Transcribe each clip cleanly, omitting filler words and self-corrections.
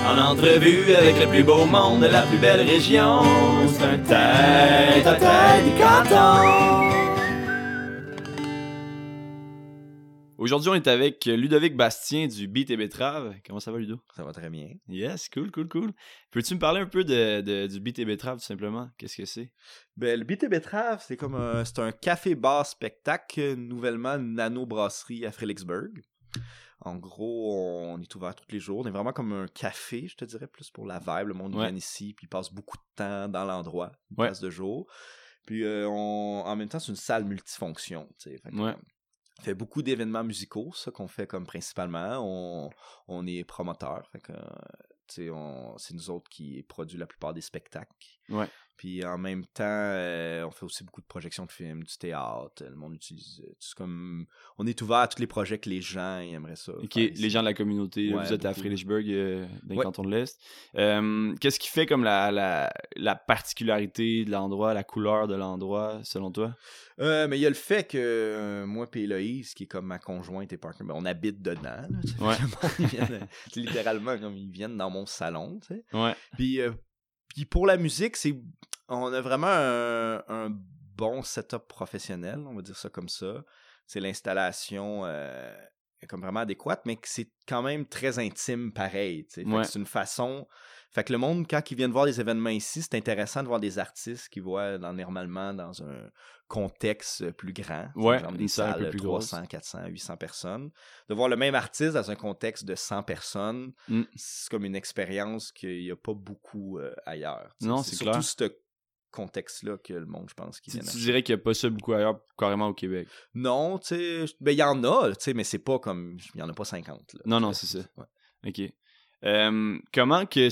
En entrevue avec le plus beau monde de la plus belle région, c'est un tête-à-tête du canton. Aujourd'hui, on est avec Ludovic Bastien du Beat et Betrave. Comment ça va, Ludo? Ça va très bien. Yes, cool. Peux-tu me parler un peu du Beat et Betrave, tout simplement? Qu'est-ce que c'est? Ben, le Beat et Betrave, c'est comme c'est un café-bar spectacle, nouvellement une nano-brasserie à Fredericksburg. En gros, on est ouvert tous les jours. On est vraiment comme un café, je te dirais, plus pour la vibe. Le monde vient ici, puis il passe beaucoup de temps dans l'endroit, une place de jour. Puis en même temps, c'est une salle multifonction. Fait que, on fait beaucoup d'événements musicaux, ça qu'on fait comme principalement. On est promoteur. Fait que, c'est nous autres qui produisons la plupart des spectacles. Ouais. Puis en même temps, on fait aussi beaucoup de projections de films, du théâtre. Le monde utilise tout comme. On est ouvert à tous les projets que les gens aimeraient ça. Ok, les gens de la communauté. Vous êtes à Fredericksburg, dans le canton de l'Est. Qu'est-ce qui fait comme la particularité de l'endroit, la couleur de l'endroit, selon toi? Mais il y a le fait que moi et Héloïse, qui est comme ma conjointe et partner, on habite dedans. Là, le monde, ils viennent, littéralement, comme ils viennent dans mon salon. Tu sais. Ouais. Puis pour la musique, on a vraiment un bon setup professionnel, on va dire ça comme ça. C'est l'installation comme vraiment adéquate, mais que c'est quand même très intime pareil. Fait que c'est une façon... Fait que le monde, quand ils viennent voir des événements ici, c'est intéressant de voir des artistes qui voient normalement dans un contexte plus grand. Ouais, exemple des salles de 300, 400, 800 personnes. De voir le même artiste dans un contexte de 100 personnes, c'est comme une expérience qu'il n'y a pas beaucoup ailleurs. Non, c'est clair. Surtout ce contexte-là que le monde, je pense, qui vient Tu dirais qu'il n'y a pas ça beaucoup ailleurs, carrément au Québec? Non, tu sais, ben il y en a, tu sais, mais c'est pas comme... Il n'y en a pas 50. Là, non, c'est ça. Ouais. OK. Comment que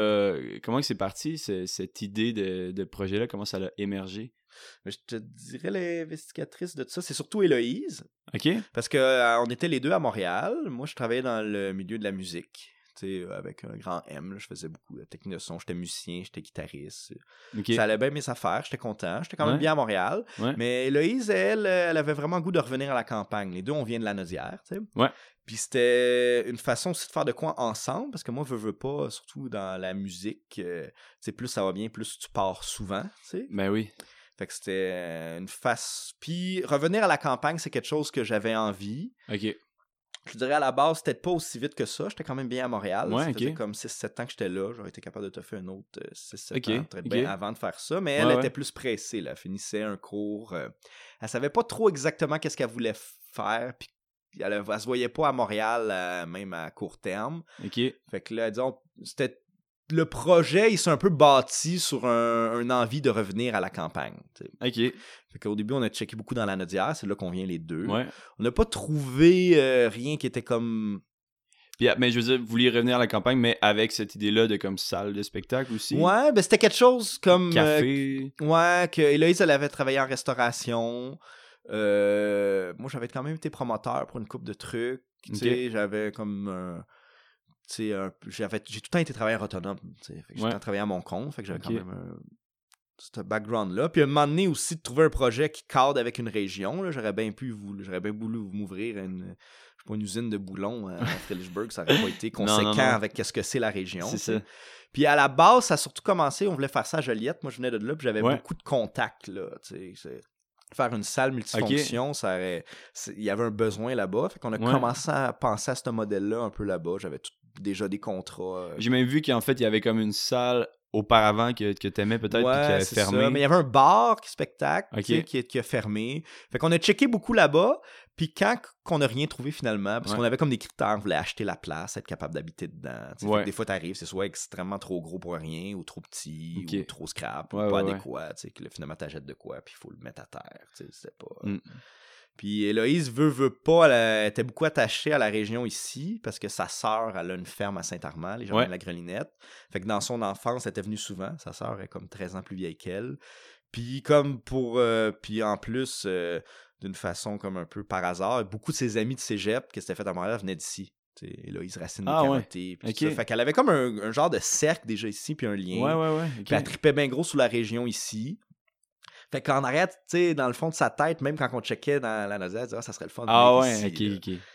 c'est parti, cette idée de projet-là? Comment ça a émergé? Je te dirais l'investigatrice de tout ça, c'est surtout Héloïse. OK. Parce qu'on était les deux à Montréal. Moi, je travaillais dans le milieu de la musique. Avec un grand M, là, je faisais beaucoup de technique de son, j'étais musicien, j'étais guitariste. Okay. Ça allait bien mes affaires, j'étais content, j'étais quand même bien à Montréal. Ouais. Mais Héloïse, elle avait vraiment le goût de revenir à la campagne. Les deux, on vient de la Naudière, tu sais. Ouais. Puis c'était une façon aussi de faire de quoi ensemble, parce que moi, je veux pas, surtout dans la musique, plus ça va bien, plus tu pars souvent, tu sais. Ben oui. Fait que c'était une face... Puis revenir à la campagne, c'est quelque chose que j'avais envie. OK. Je dirais à la base, peut-être pas aussi vite que ça. J'étais quand même bien à Montréal. Ouais, ça faisait comme 6-7 ans que j'étais là. J'aurais été capable de te faire un autre 6-7 ans très bien avant de faire ça. Mais elle était plus pressée. Là. Elle finissait un cours. Elle savait pas trop exactement qu'est-ce qu'elle voulait faire. Puis elle se voyait pas à Montréal, même à court terme. OK. Fait que là, disons, c'était... Le projet, il s'est un peu bâti sur un envie de revenir à la campagne. T'sais. OK. Fait qu'au début, on a checké beaucoup dans la Naudière. C'est là qu'on vient les deux. Ouais. On n'a pas trouvé rien qui était comme... Puis, mais je veux dire, vous vouliez revenir à la campagne, mais avec cette idée-là de comme salle de spectacle aussi? Ouais, ben c'était quelque chose comme... Café. Que Héloïse, elle avait travaillé en restauration. Moi, j'avais quand même été promoteur pour une couple de trucs. Okay. J'avais comme... j'ai tout le temps été travailleur autonome. Fait que j'ai tout le temps travaillé à mon compte. Fait que j'avais quand même ce background-là. Puis à un moment donné aussi, de trouver un projet qui cadre avec une région. Là, j'aurais bien voulu m'ouvrir une usine de boulons à Fredericksburg. Ça n'aurait pas été conséquent avec ce que c'est la région. C'est ça. Puis à la base, ça a surtout commencé, on voulait faire ça à Joliette. Moi, je venais de là, puis j'avais beaucoup de contacts. Là, faire une salle multifonction, il y avait un besoin là-bas. Fait qu'on a commencé à penser à ce modèle-là un peu là-bas. J'avais déjà des contrats. J'ai même vu qu'en fait, il y avait comme une salle auparavant que t'aimais peut-être puis qui avait fermé. Ça. Mais il y avait un bar spectacle qui a fermé. Fait qu'on a checké beaucoup là-bas. Puis quand qu'on n'a rien trouvé finalement, parce qu'on avait comme des critères, on voulait acheter la place, être capable d'habiter dedans. Fait que des fois, t'arrives, c'est soit extrêmement trop gros pour rien, ou trop petit, ou trop scrap, ou pas adéquat. Que là, finalement, t'achètes de quoi, puis il faut le mettre à terre. C'était pas... Puis Héloïse veut pas, elle était beaucoup attachée à la région ici, parce que sa sœur, elle a une ferme à Saint-Armand, les gens de la Grelinette. Fait que dans son enfance, elle était venue souvent. Sa sœur est comme 13 ans plus vieille qu'elle. Puis comme pour... puis en plus, d'une façon comme un peu par hasard, beaucoup de ses amis de cégep qui s'étaient fait à Montréal venaient d'ici. Héloïse Racine des Carotés. Puis fait qu'elle avait comme un genre de cercle déjà ici, puis un lien. Puis elle trippait bien gros sur la région ici. Fait qu'en arrière, tu sais, dans le fond de sa tête, même quand on checkait dans la Naudière, elle disait, ça serait le fun. Ah ouais, ici, OK.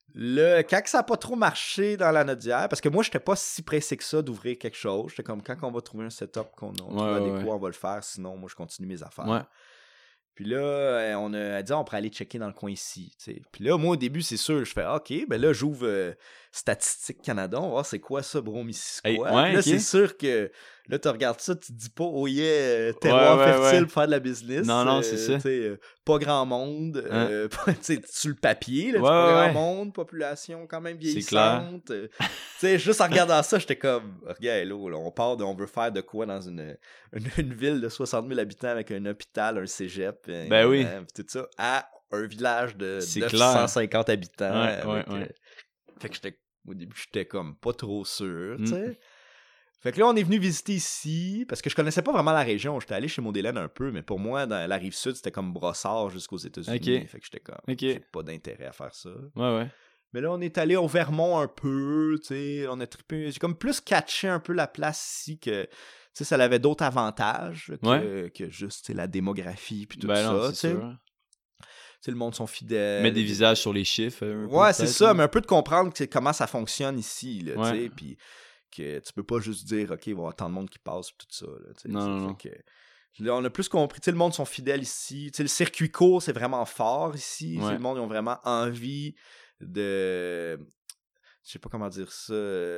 Là, quand ça n'a pas trop marché dans la Nodière, parce que moi, j'étais pas si pressé que ça d'ouvrir quelque chose. J'étais comme, quand on va trouver un setup qu'on trouve adéquat, on va le faire. Sinon, moi, je continue mes affaires. Ouais. Puis là, on a dit, on pourrait aller checker dans le coin ici. T'sais. Puis là, moi, au début, c'est sûr, je fais, OK, ben là, j'ouvre Statistique Canada, on va voir c'est quoi ça, Bromissisquoi. Puis là, c'est sûr que là, tu regardes ça, tu te dis pas, oh yeah, terroir fertile pour faire de la business. Non, c'est ça. Pas grand monde. Sur le papier, là, pas grand monde, population quand même vieillissante. Juste en regardant ça, j'étais comme, regarde, là, on veut faire de quoi dans une ville de 60 000 habitants avec un hôpital, un cégep, tout ça, à un village de 950 habitants. Fait que au début, j'étais comme pas trop sûr, tu sais. Fait que là, on est venu visiter ici, parce que je connaissais pas vraiment la région. J'étais allé chez Modélène un peu, mais pour moi, dans la Rive-Sud, c'était comme Brossard jusqu'aux États-Unis. Fait que j'étais comme, j'ai pas d'intérêt à faire ça. Mais là, on est allé au Vermont un peu, tu sais, on a trippé. J'ai comme plus catché un peu la place ici que, tu sais, ça avait d'autres avantages que juste, la démographie puis tout ça, tu sais. Le monde sont fidèles. Mettre des visages sur les chiffres. C'est ça, mais un peu de comprendre comment ça fonctionne ici, là, tu sais, puis que tu peux pas juste dire, OK, il va y avoir tant de monde qui passe, tout ça, là, tu sais. Non. Là, on a plus compris, tu sais, le monde sont fidèles ici, tu sais, le circuit court, c'est vraiment fort ici, le monde, ils ont vraiment envie de... Je sais pas comment dire ça,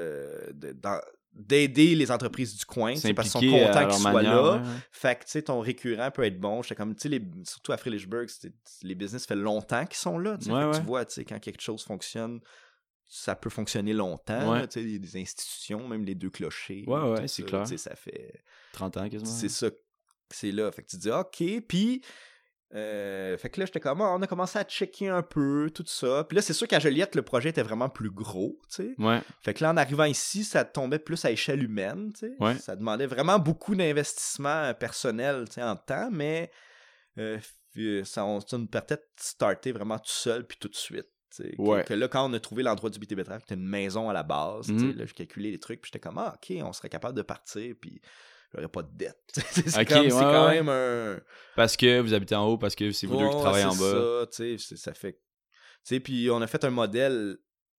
d'aider les entreprises du coin, parce qu'ils sont contents qu'ils soient là. Fait que, tu sais, ton récurrent peut être bon. J'étais comme, tu sais, surtout à Frelichburg, les business fait longtemps qu'ils sont là. Tu vois, tu sais, quand quelque chose fonctionne, ça peut fonctionner longtemps. Tu sais, des institutions, même les 2 clochers. C'est clair. Tu sais, ça fait 30 ans quasiment. C'est ça, c'est là. Fait que tu dis, OK, puis... fait que là, j'étais comme, on a commencé à checker un peu, tout ça. Puis là, c'est sûr qu'à Joliette, le projet était vraiment plus gros, tu sais. Fait que là, en arrivant ici, ça tombait plus à échelle humaine, tu sais. Ça demandait vraiment beaucoup d'investissement personnel, tu sais, en temps, mais ça nous permettait de starter vraiment tout seul, puis tout de suite. Que là, quand on a trouvé l'endroit du BT Betterave, c'était une maison à la base, tu sais, là, j'ai calculé les trucs, puis j'étais comme, OK, on serait capable de partir, puis... j'aurais pas de dette. C'est quand même un... Parce que vous habitez en haut, parce que c'est vous deux qui travaillez en bas. Ça fait... Puis on a fait un modèle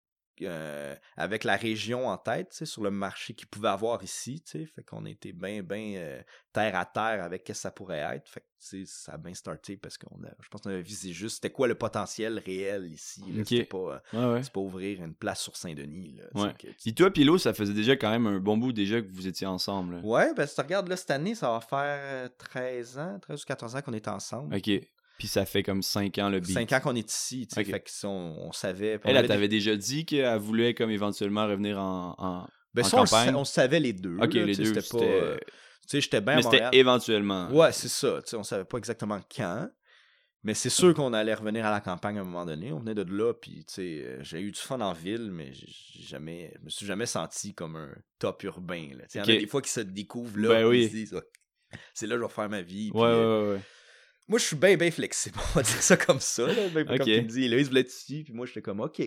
avec la région en tête, sur le marché qu'ils pouvaient avoir ici, fait qu'on était bien terre à terre avec ce que ça pourrait être. Fait que ça a bien starté parce je pense qu'on avait visé juste c'était quoi le potentiel réel ici. Là, c'était pas, c'est pas ouvrir une place sur Saint-Denis. Là, puis toi, Pilo, ça faisait déjà quand même un bon bout déjà que vous étiez ensemble. Là. Ouais, ben si tu regardes là, cette année, ça va faire 13 ou 14 ans qu'on est ensemble. OK. Puis ça fait comme 5 ans le beat. 5 ans qu'on est ici, tu sais, fait que on savait... Elle t'avait déjà dit qu'elle voulait comme éventuellement revenir en campagne? On savait les deux. OK, là, les deux, c'était pas... tu sais, j'étais bien à Montréal. C'était éventuellement. Ouais, c'est ça. Tu sais, on savait pas exactement quand, mais c'est sûr qu'on allait revenir à la campagne à un moment donné. On venait de là, puis tu sais, j'ai eu du fun en ville, mais je me suis jamais senti comme un top urbain. Là. Il y en a des fois qui se découvrent là, ils se disent, c'est là que je vais faire ma vie. Puis, ouais. Moi, je suis bien flexible, on va dire ça comme ça. Là. Comme tu me dis, Héloïse voulait être ici, puis moi, j'étais comme, OK.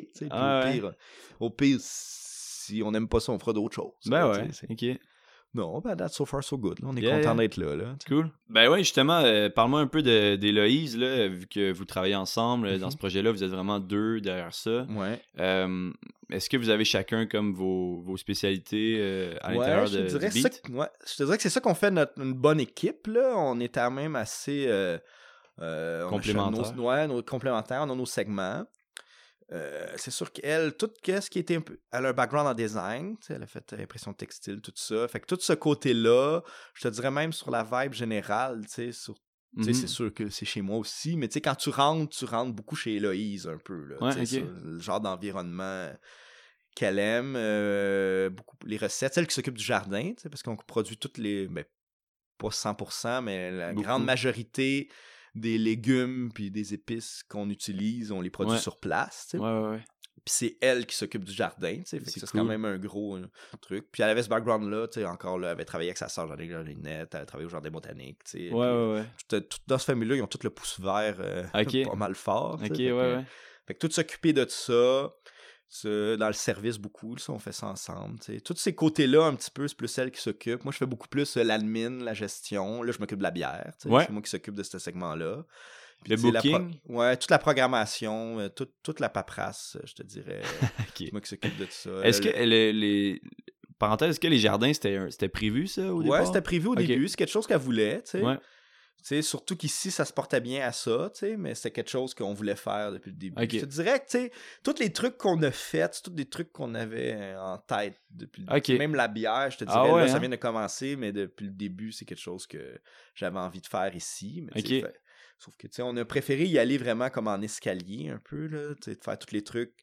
Au pire, si on n'aime pas ça, on fera d'autres choses. OK. Non, that's so far so good. Là. On est content d'être là. Cool. Ben ouais, justement, parle-moi un peu d'Héloïse, là, vu que vous travaillez ensemble dans ce projet-là, vous êtes vraiment 2 derrière ça. Ouais. Est-ce que vous avez chacun comme vos spécialités à l'intérieur de du beat? Je te dirais que c'est ça qu'on fait une bonne équipe. Là. On est quand même assez... complémentaires. Nos complémentaires, on a nos segments. C'est sûr qu'elle, tout ce qui était un peu... Elle a un background en design, elle a fait impression textile, tout ça. Fait que tout ce côté-là, je te dirais même sur la vibe générale, tu sais, c'est sûr que c'est chez moi aussi, mais tu sais, quand tu rentres beaucoup chez Héloïse un peu, là, le genre d'environnement qu'elle aime, beaucoup les recettes, celle qui s'occupe du jardin, parce qu'on produit toutes les... Ben, pas 100%, mais la grande majorité des légumes puis des épices qu'on utilise, on les produit sur place, tu sais. Ouais. Puis c'est elle qui s'occupe du jardin, tu sais. Fait que c'est quand même un gros truc. Puis elle avait ce background-là, tu sais, encore là, elle avait travaillé avec sa sœur Jardin Net, elle a travaillé au jardin botanique, tu sais. Ouais. Tout dans cette famille-là, ils ont tout le pouce vert pas mal fort. OK, ouais. Fait que tout s'occuper de ça, dans le service beaucoup, ça, on fait ça ensemble. T'sais. Tous ces côtés-là, un petit peu, c'est plus elle qui s'occupe. Moi, je fais beaucoup plus l'admin, la gestion. Là, je m'occupe de la bière. C'est moi qui s'occupe de ce segment-là. Le booking? Ouais, toute la programmation, toute la paperasse, je te dirais. C'est moi qui s'occupe de tout ça. Est-ce que parenthèse, est-ce que les jardins, c'était prévu, ça, au départ? Ouais, c'était prévu au début. C'est quelque chose qu'elle voulait, tu sais. Ouais. T'sais, surtout qu'ici, ça se portait bien à ça, mais c'était quelque chose qu'on voulait faire depuis le début. Okay. Je te dirais que tous les trucs qu'on a faits, c'est tous des trucs qu'on avait en tête depuis le début. Même la bière, je te dirais, ça vient de commencer, mais depuis le début, c'est quelque chose que j'avais envie de faire ici. Mais sauf que on a préféré y aller vraiment comme en escalier un peu, là, de faire tous les trucs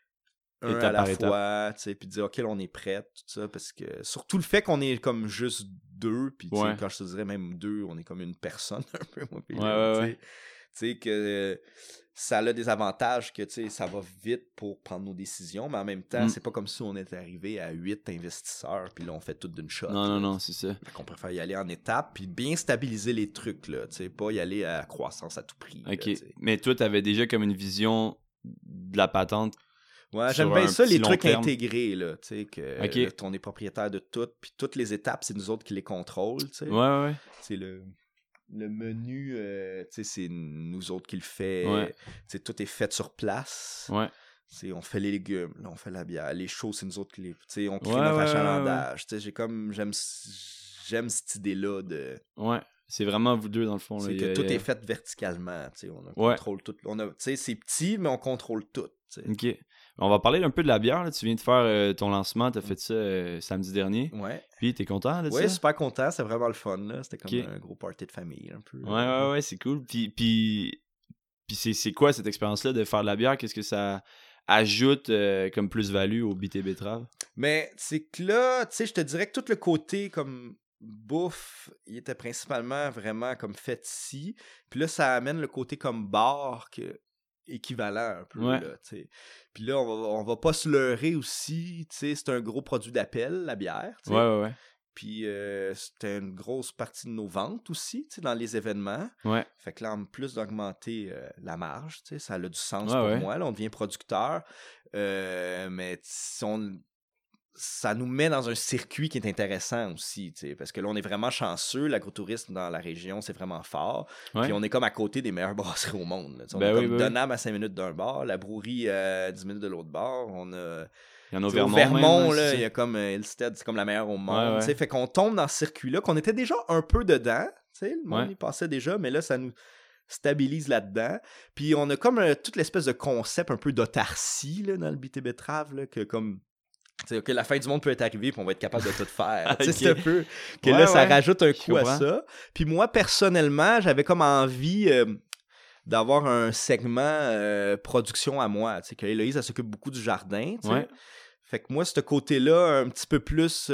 un à la fois, puis dire ok, là, on est prêt, tout ça, parce que surtout le fait qu'on est comme juste deux, puis quand je te dirais même deux, on est comme une personne un peu, moi, puis tu sais que ça a des avantages que ça va vite pour prendre nos décisions, mais en même temps, c'est pas comme si on était arrivé à 8 investisseurs, puis là, on fait tout d'une shot. Non, c'est ça. On préfère y aller en étapes, puis bien stabiliser les trucs, là, pas y aller à croissance à tout prix. Ok, là, mais toi, t'avais déjà comme une vision de la patente. Ouais, j'aime bien ça, les trucs intégrés, là, tu sais, que on est propriétaire de tout, puis toutes les étapes, c'est nous autres qui les contrôlent, tu sais. Ouais. C'est le menu, tu sais, c'est nous autres qui le fait, tu sais, tout est fait sur place. Ouais. T'sais, on fait les légumes, là, on fait la bière, les choses, c'est nous autres qui les... Tu sais, on crée notre achalandage, tu sais, j'aime cette idée-là de... Ouais. C'est vraiment vous deux, dans le fond. C'est que tout est fait verticalement, tu sais, on contrôle tout. Tu sais, c'est petit, mais on contrôle tout, t'sais. OK. On va parler un peu de la bière, là. Tu viens de faire ton lancement, t'as fait ça samedi dernier. Ouais. Puis t'es content de ça? Ouais, super content, c'est vraiment le fun, là. C'était comme un gros party de famille, un peu. Ouais, c'est cool. Puis c'est quoi cette expérience-là de faire de la bière? Qu'est-ce que ça ajoute comme plus-value au BT Betterave? Mais c'est que là, tu sais, je te dirais que tout le côté comme bouffe, il était principalement vraiment comme fait ici. Puis là, ça amène le côté comme bar équivalent un peu, là, tu sais. Puis là, on va pas se leurrer aussi, tu sais, c'est un gros produit d'appel, la bière, tu sais. Ouais. Puis c'était une grosse partie de nos ventes aussi, tu sais, dans les événements. Ouais. Fait que là, en plus d'augmenter la marge, tu sais, ça a du sens pour moi. Là, on devient producteur. Mais ça nous met dans un circuit qui est intéressant aussi, tu sais, parce que là, on est vraiment chanceux. L'agrotourisme dans la région, c'est vraiment fort. Puis on est comme à côté des meilleures brasseries au monde. Là. On est comme Donham à 5 minutes d'un bar, la Brouerie à 10 minutes de l'autre bar. On a... Il y en a au Vermont, là, il y a comme Hillstead, c'est comme la meilleure au monde. Ouais. Fait qu'on tombe dans ce circuit-là, qu'on était déjà un peu dedans. Le monde y passait déjà, mais là, ça nous stabilise là-dedans. Puis on a comme toute l'espèce de concept un peu d'autarcie là, dans le BT Betterave, là, que comme... OK, la fin du monde peut être arrivée puis on va être capable de tout faire. Okay. C'est un peu que là, ça rajoute un coup à ça. Puis moi, personnellement, j'avais comme envie d'avoir un segment production à moi. Tu sais, que Héloïse, elle s'occupe beaucoup du jardin. Tu sais. Fait que moi, ce côté-là, un petit peu plus...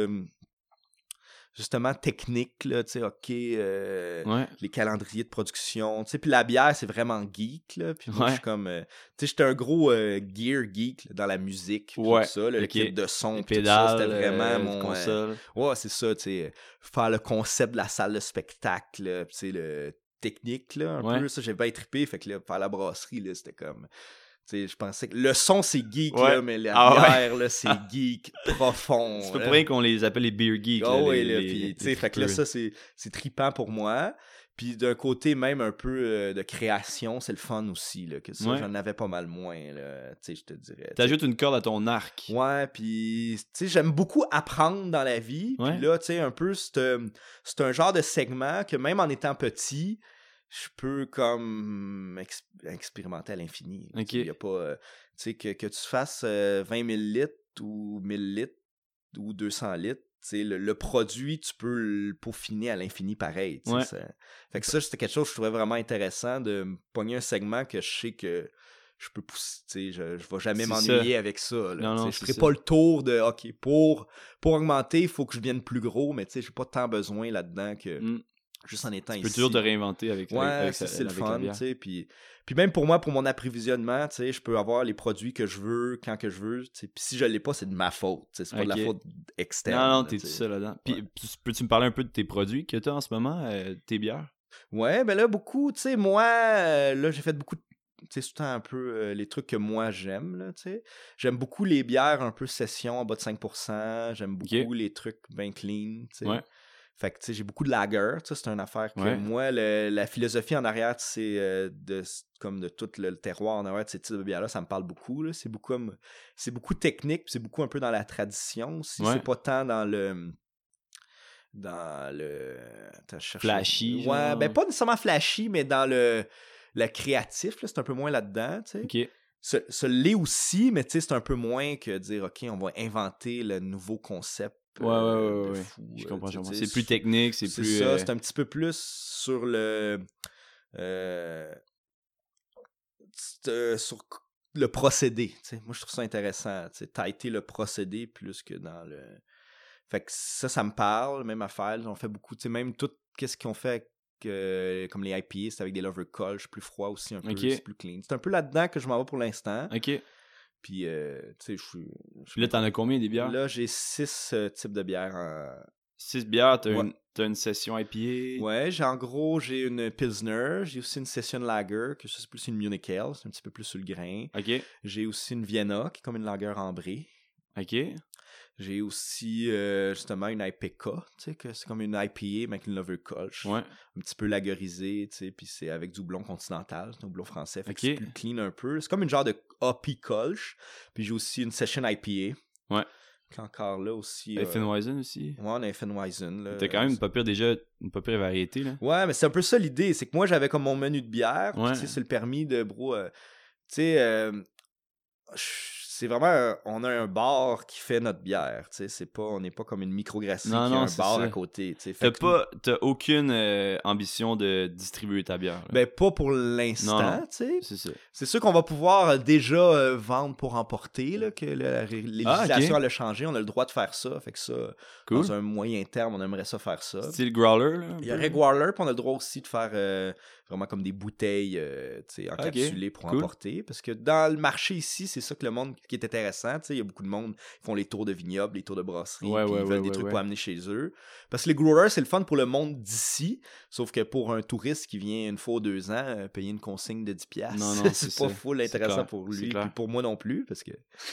justement technique, là, tu sais, OK, les calendriers de production, tu sais, puis la bière, c'est vraiment geek, là, puis moi, je suis comme, tu sais, j'étais un gros gear geek là, dans la musique, tout ça, là, le kit de son, tout ça, c'était vraiment mon... console. Ouais, c'est ça, tu sais, faire le concept de la salle de spectacle, tu sais, le technique, là, un peu, ça, j'ai bien trippé, fait que là, faire la brasserie, là, c'était comme... T'sais, je pensais que le son c'est geek là, mais la bière là c'est geek profond. C'est pas pour rien qu'on les appelle les beer geeks. Fait que là ça c'est trippant pour moi. Puis d'un côté même un peu de création, c'est le fun aussi là, que ça j'en avais pas mal moins là, tu sais, je te dirais. T'ajoutes une corde à ton arc. Ouais, puis tu sais j'aime beaucoup apprendre dans la vie. Puis là tu sais un peu c'est un genre de segment que même en étant petit je peux comme expérimenter à l'infini. Okay. Il y a pas... tu sais, que tu fasses 20 000 litres ou 1000 litres ou 200 litres, tu sais, le produit, tu peux le peaufiner à l'infini pareil. Fait que ça, c'était quelque chose que je trouvais vraiment intéressant de me pogner un segment que je sais que je peux pousser, tu sais, je vais jamais m'ennuyer avec ça. Là, non, je ferai pas le tour de, OK, pour augmenter, il faut que je devienne plus gros, mais tu sais, j'ai pas tant besoin là-dedans que... juste en étant ici. Tu peux toujours te réinventer avec c'est le fun, tu sais, puis même pour moi, pour mon approvisionnement, tu sais, je peux avoir les produits que je veux, quand que je veux, tu sais, puis si je l'ai pas, c'est de ma faute, tu sais, c'est pas de la faute externe. Non, t'es tout seul là-dedans. Puis peux-tu me parler un peu de tes produits que t'as en ce moment, tes bières? Ouais, ben là, beaucoup, tu sais, moi, là, j'ai fait beaucoup de... Tu sais, c'est tout le temps un peu les trucs que moi j'aime, là, tu sais. J'aime beaucoup les bières un peu session en bas de 5%, j'aime beaucoup les trucs bien clean, tu sais. Fait que, tu sais, j'ai beaucoup de lager. C'est une affaire que moi, la philosophie en arrière, c'est comme de tout le terroir en arrière de ces types de bières-là, ça me parle beaucoup. Là. C'est beaucoup technique, c'est beaucoup un peu dans la tradition. C'est pas tant dans le flashy. Ouais, ben pas nécessairement flashy, mais dans le créatif, là, c'est un peu moins là-dedans, tu sais. OK. Ce l'est aussi, mais tu sais, c'est un peu moins que dire, OK, on va inventer le nouveau concept. Ouais. Fou, je comprends. C'est plus technique, c'est plus... ça, c'est un petit peu plus sur le... sur le procédé, tu sais. Moi, je trouve ça intéressant, tu sais, tighter le procédé plus que dans le... Fait que ça me parle, même affaire. On fait beaucoup, tu sais, même tout, qu'est-ce qu'ils ont fait comme les IPA, c'est avec des lover colch, plus froid aussi un peu, c'est plus clean. C'est un peu là-dedans que je m'en vais pour l'instant. OK. Puis, tu sais, je suis... Là, t'en as combien des bières? Là, j'ai 6 types de bières. 6 bières, t'as une session IPA? Ouais, j'ai une Pilsner, j'ai aussi une session Lager, que ça, c'est plus une Munich Ale, c'est un petit peu plus sur le grain. OK. J'ai aussi une Vienna, qui est comme une lager ambrée. OK. J'ai aussi, justement, une IPK, tu sais, que c'est comme une IPA, mais avec une lover colch. Ouais. Un petit peu lagerisée, tu sais, puis c'est avec du houblon continental, c'est un houblon français, fait que OK. c'est plus clean un peu. C'est comme une genre de hoppy colch. Puis j'ai aussi une session IPA. Ouais. Encore là aussi. Effenweizen aussi. Ouais, on a Effenweizen. T'as quand même une pas pire variété, là. Ouais, mais c'est un peu ça l'idée. C'est que moi, j'avais comme mon menu de bière. Ouais. Tu sais, c'est le permis de, bro. Tu sais, c'est vraiment on a un bar qui fait notre bière, tu sais, on n'est pas comme une microbrasserie qui a un bar à côté, tu sais. T'as aucune ambition de distribuer ta bière. Là. Ben pas pour l'instant, tu sais. C'est ça. C'est sûr qu'on va pouvoir déjà vendre pour emporter, là, que la législation elle a changé, on a le droit de faire ça, fait que ça, dans un moyen terme, on aimerait ça faire ça. Style growler, là. Il y aurait growler, puis on a le droit aussi de faire vraiment comme des bouteilles, tu sais, encapsulées pour emporter, parce que dans le marché ici, c'est ça que le monde qui est intéressant, tu sais, il y a beaucoup de monde qui font les tours de vignobles, les tours de brasserie, puis ils veulent des trucs pour amener chez eux. Parce que les growers, c'est le fun pour le monde d'ici, sauf que pour un touriste qui vient une fois ou 2 ans, payer une consigne de 10$, non, c'est pas full intéressant pour lui, puis pour moi non plus, parce que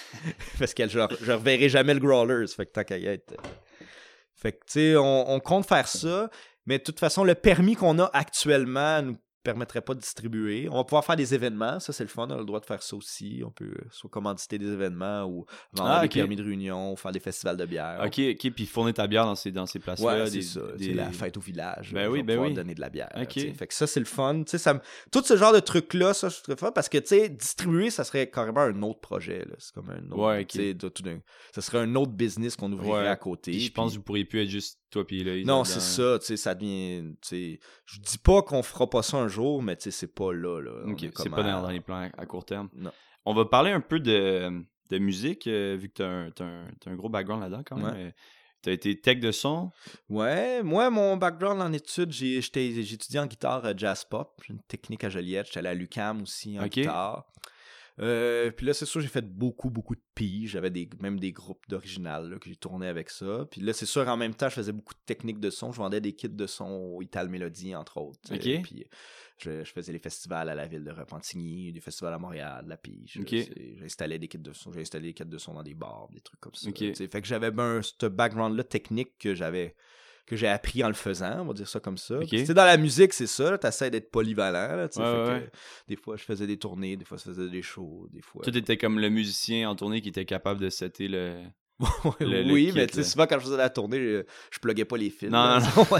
je reverrai jamais le growler, ça fait que tant qu'à y être. Fait que, tu sais, on compte faire ça, mais de toute façon, le permis qu'on a actuellement nous permettrait pas de distribuer. On va pouvoir faire des événements, ça c'est le fun, on a le droit de faire ça aussi. On peut soit commanditer des événements ou vendre des permis de réunion, ou faire des festivals de bière. OK, puis fournir ta bière dans ces places-là. Ouais, c'est ça. C'est la fête au village. Ben oui, donner de la bière. OK. Fait que ça, c'est le fun. Tout ce genre de trucs-là, ça, je trouve fun parce que, tu sais, distribuer, ça serait carrément un autre projet. Là. C'est comme un autre... ça serait un autre business qu'on ouvrirait à côté. Puis je pense que vous pourriez plus être juste toi puis là. Non, c'est ça. Tu sais, ça devient... Je dis pas qu'on fera pas ça un jour, mais tu sais, c'est pas là. OK, c'est pas dans les plans à court terme. Non. On va parler un peu de musique, vu que t'as un gros background là-dedans quand même. Ouais. T'as été tech de son? Ouais, moi, mon background en études, j'ai étudié en guitare jazz pop. J'ai une technique à Joliette. J'étais allé à l'UQAM aussi en guitare. Puis là, c'est sûr, j'ai fait beaucoup de piges. J'avais même des groupes d'original que j'ai tourné avec ça. Puis là, c'est sûr, en même temps, je faisais beaucoup de techniques de son. Je vendais des kits de son au Ital Melody, entre autres. Puis je faisais les festivals à la ville de Repentigny, des festivals à Montréal, la pige. J'installais des kits de son. J'ai installé des kits de son dans des bars, des trucs comme ça. Fait que j'avais ce background-là technique que j'ai appris en le faisant, on va dire ça comme ça. Dans la musique, c'est ça, tu essaies d'être polyvalent. Là, que, des fois, je faisais des tournées, des fois, je faisais des shows. Des fois, toi, t'étais comme le musicien en tournée qui était capable de setter le oui, kit, mais tu sais, souvent, quand je faisais la tournée, je pluguais pas les fils. Non.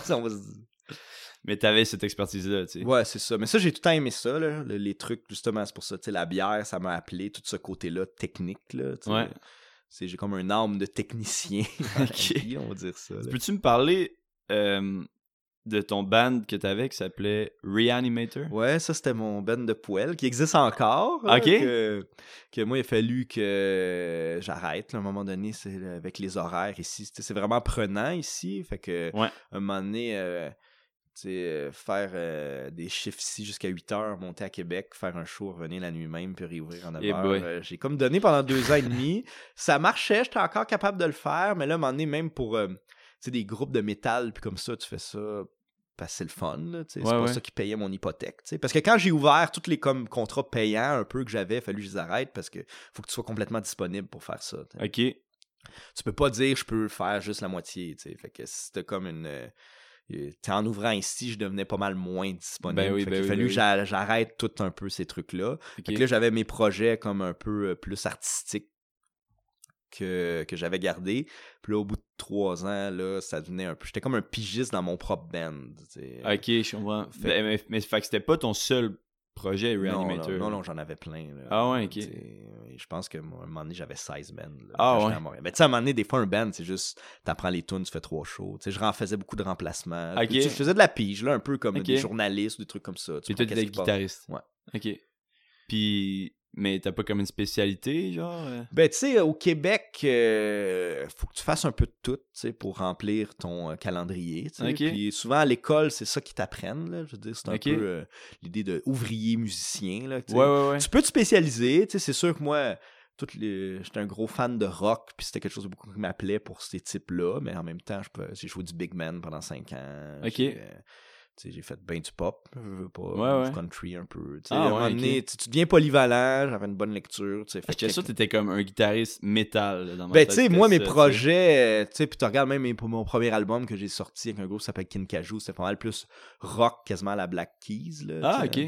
Mais t'avais cette expertise-là, tu sais. Ouais, c'est ça. Mais ça, j'ai tout le temps aimé ça, là, les trucs, justement, c'est pour ça. Tu sais, la bière, ça m'a appelé tout ce côté-là technique, là. J'ai comme un âme de technicien. Vie, on va dire ça. Là. Peux-tu me parler de ton band que t'avais qui s'appelait Reanimator? Ouais, ça c'était mon band de poêle qui existe encore. OK. Que moi, il a fallu que j'arrête. Là, à un moment donné, c'est avec les horaires ici. C'est vraiment prenant ici. Fait que un moment donné... faire des chiffres ici jusqu'à 8h, monter à Québec, faire un show, revenir la nuit même, puis réouvrir en 9h. J'ai comme donné pendant 2 ans et demi. Ça marchait, j'étais encore capable de le faire, mais là, à un moment donné, même pour des groupes de métal, puis comme ça, tu fais ça parce que c'est le fun. Là, c'est pas ça qui payait mon hypothèque. T'sais. Parce que quand j'ai ouvert tous les contrats payants un peu que j'avais, il a fallu que je les arrête parce que faut que tu sois complètement disponible pour faire ça. T'sais. OK. tu peux pas dire je peux faire juste la moitié, tu sais. Fait que c'était comme une... en ouvrant ici, je devenais pas mal moins disponible. Il a fallu que j'arrête tout un peu ces trucs-là. Fait que là, j'avais mes projets comme un peu plus artistiques que j'avais gardé. Puis là, au bout de 3 ans, là, ça devenait un peu... J'étais comme un pigiste dans mon propre band. T'sais. Ok, je comprends. Mais fait que c'était pas ton seul projet, Reanimator? Non, j'en avais plein. Là. Ah ouais, ok. Je pense qu'à un moment donné, j'avais 16 bands. Là, ah ouais? Mais tu sais, à un moment donné, des fois, un band, c'est juste... T'apprends les tunes, tu fais 3 shows. Je faisais beaucoup de remplacements. Ok. Je faisais de la pige, là, un peu comme des journalistes ou des trucs comme ça. Puis toi, t'étais guitariste? Ouais. Ok. Puis... Mais t'as pas comme une spécialité, genre? Ben, tu sais, au Québec, faut que tu fasses un peu de tout, tu sais, pour remplir ton calendrier, tu sais. Okay. Puis souvent, à l'école, c'est ça qu'ils t'apprennent, là. Je veux dire, c'est un peu l'idée de ouvrier musicien, là. Ouais. Tu peux te spécialiser, tu sais, c'est sûr que moi... J'étais un gros fan de rock, puis c'était quelque chose de beaucoup qui m'appelait pour ces types-là, mais en même temps, j'ai joué du big band pendant 5 ans. Ok. J'ai fait bien du pop, du country un peu. À un moment donné, tu deviens polyvalent, j'avais une bonne lecture. J'étais sûr que t'étais comme un guitariste métal là, dans ma tête. Tu sais, moi, mes projets, puis tu regardes même mon premier album que j'ai sorti avec un groupe qui s'appelle Kinkajou, c'était pas mal plus rock, quasiment à la Black Keys. Là, ok.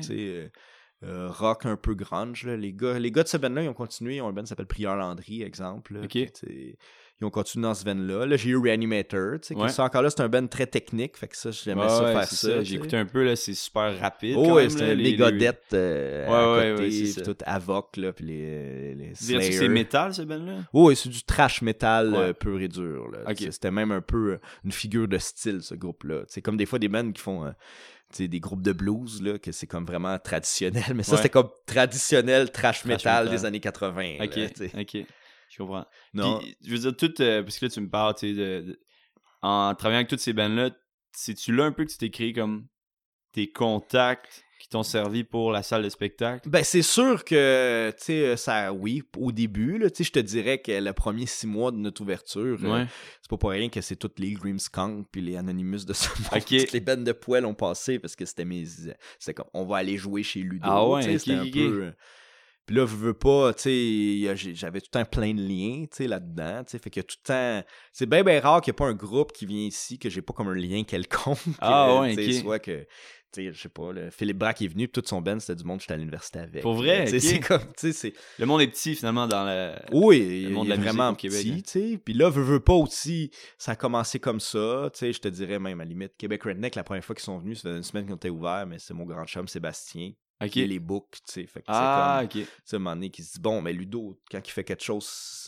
Rock un peu grunge. Là. Les gars de ce band-là, ils ont continué. Ils ont un band qui s'appelle Prieur Landry, exemple. Là, ils ont continué dans ce veine-là. Là, j'ai eu Reanimator. Ça, encore là, c'est un band très technique. Fait que ça, j'aimais ça faire ça. J'ai écouté un peu, là, c'est super rapide. C'était les Godettes à côté, puis tout Avoc, là, puis les Slayer. C'est métal, ce band-là? Oui, c'est du trash metal pur et dur. Là. C'était même un peu une figure de style, ce groupe-là. C'est comme des fois des bands qui font... des groupes de blues, là, que c'est comme vraiment traditionnel. Mais ça, c'était comme traditionnel trash metal des années 80. Ok, là, ok. Je comprends. Non. Puis, je veux dire, tout... parce que là, tu me parles, tu sais, en travaillant avec toutes ces bandes-là, c'est-tu là un peu que tu t'es créé comme tes contacts qui t'ont servi pour la salle de spectacle? Ben, c'est sûr que, tu sais, ça, oui, au début, là, tu sais, je te dirais que le premier 6 mois de notre ouverture, c'est pas pour rien que c'est toutes les Grimmskunk puis les Anonymous de ce monde. Toutes les bandes de poêle ont passé parce que c'était comme, on va aller jouer chez Ludo. Ah ouais, c'était un peu... Puis là, je veux pas, tu sais, j'avais tout le temps plein de liens, tu sais, là-dedans, tu sais, fait que tout le temps... C'est bien rare qu'il n'y ait pas un groupe qui vient ici que j'ai pas comme un lien quelconque. Soit que... Je sais pas, Philippe Braque est venu, puis tout son band, c'était du monde que j'étais à l'université avec. Pour vrai? C'est comme, le monde est petit, finalement, dans le... Oui, le monde il est vraiment petit, tu sais. Puis là, veux pas aussi, ça a commencé comme ça, tu sais, je te dirais même, à la limite, Québec Redneck, la première fois qu'ils sont venus, ça faisait une semaine qu'ils ont été ouverts, mais c'est mon grand chum, Sébastien, qui est les books, tu sais. Fait que ok. Tu sais, à un moment donné, qui se dit, bon, mais Ludo, quand il fait quelque chose,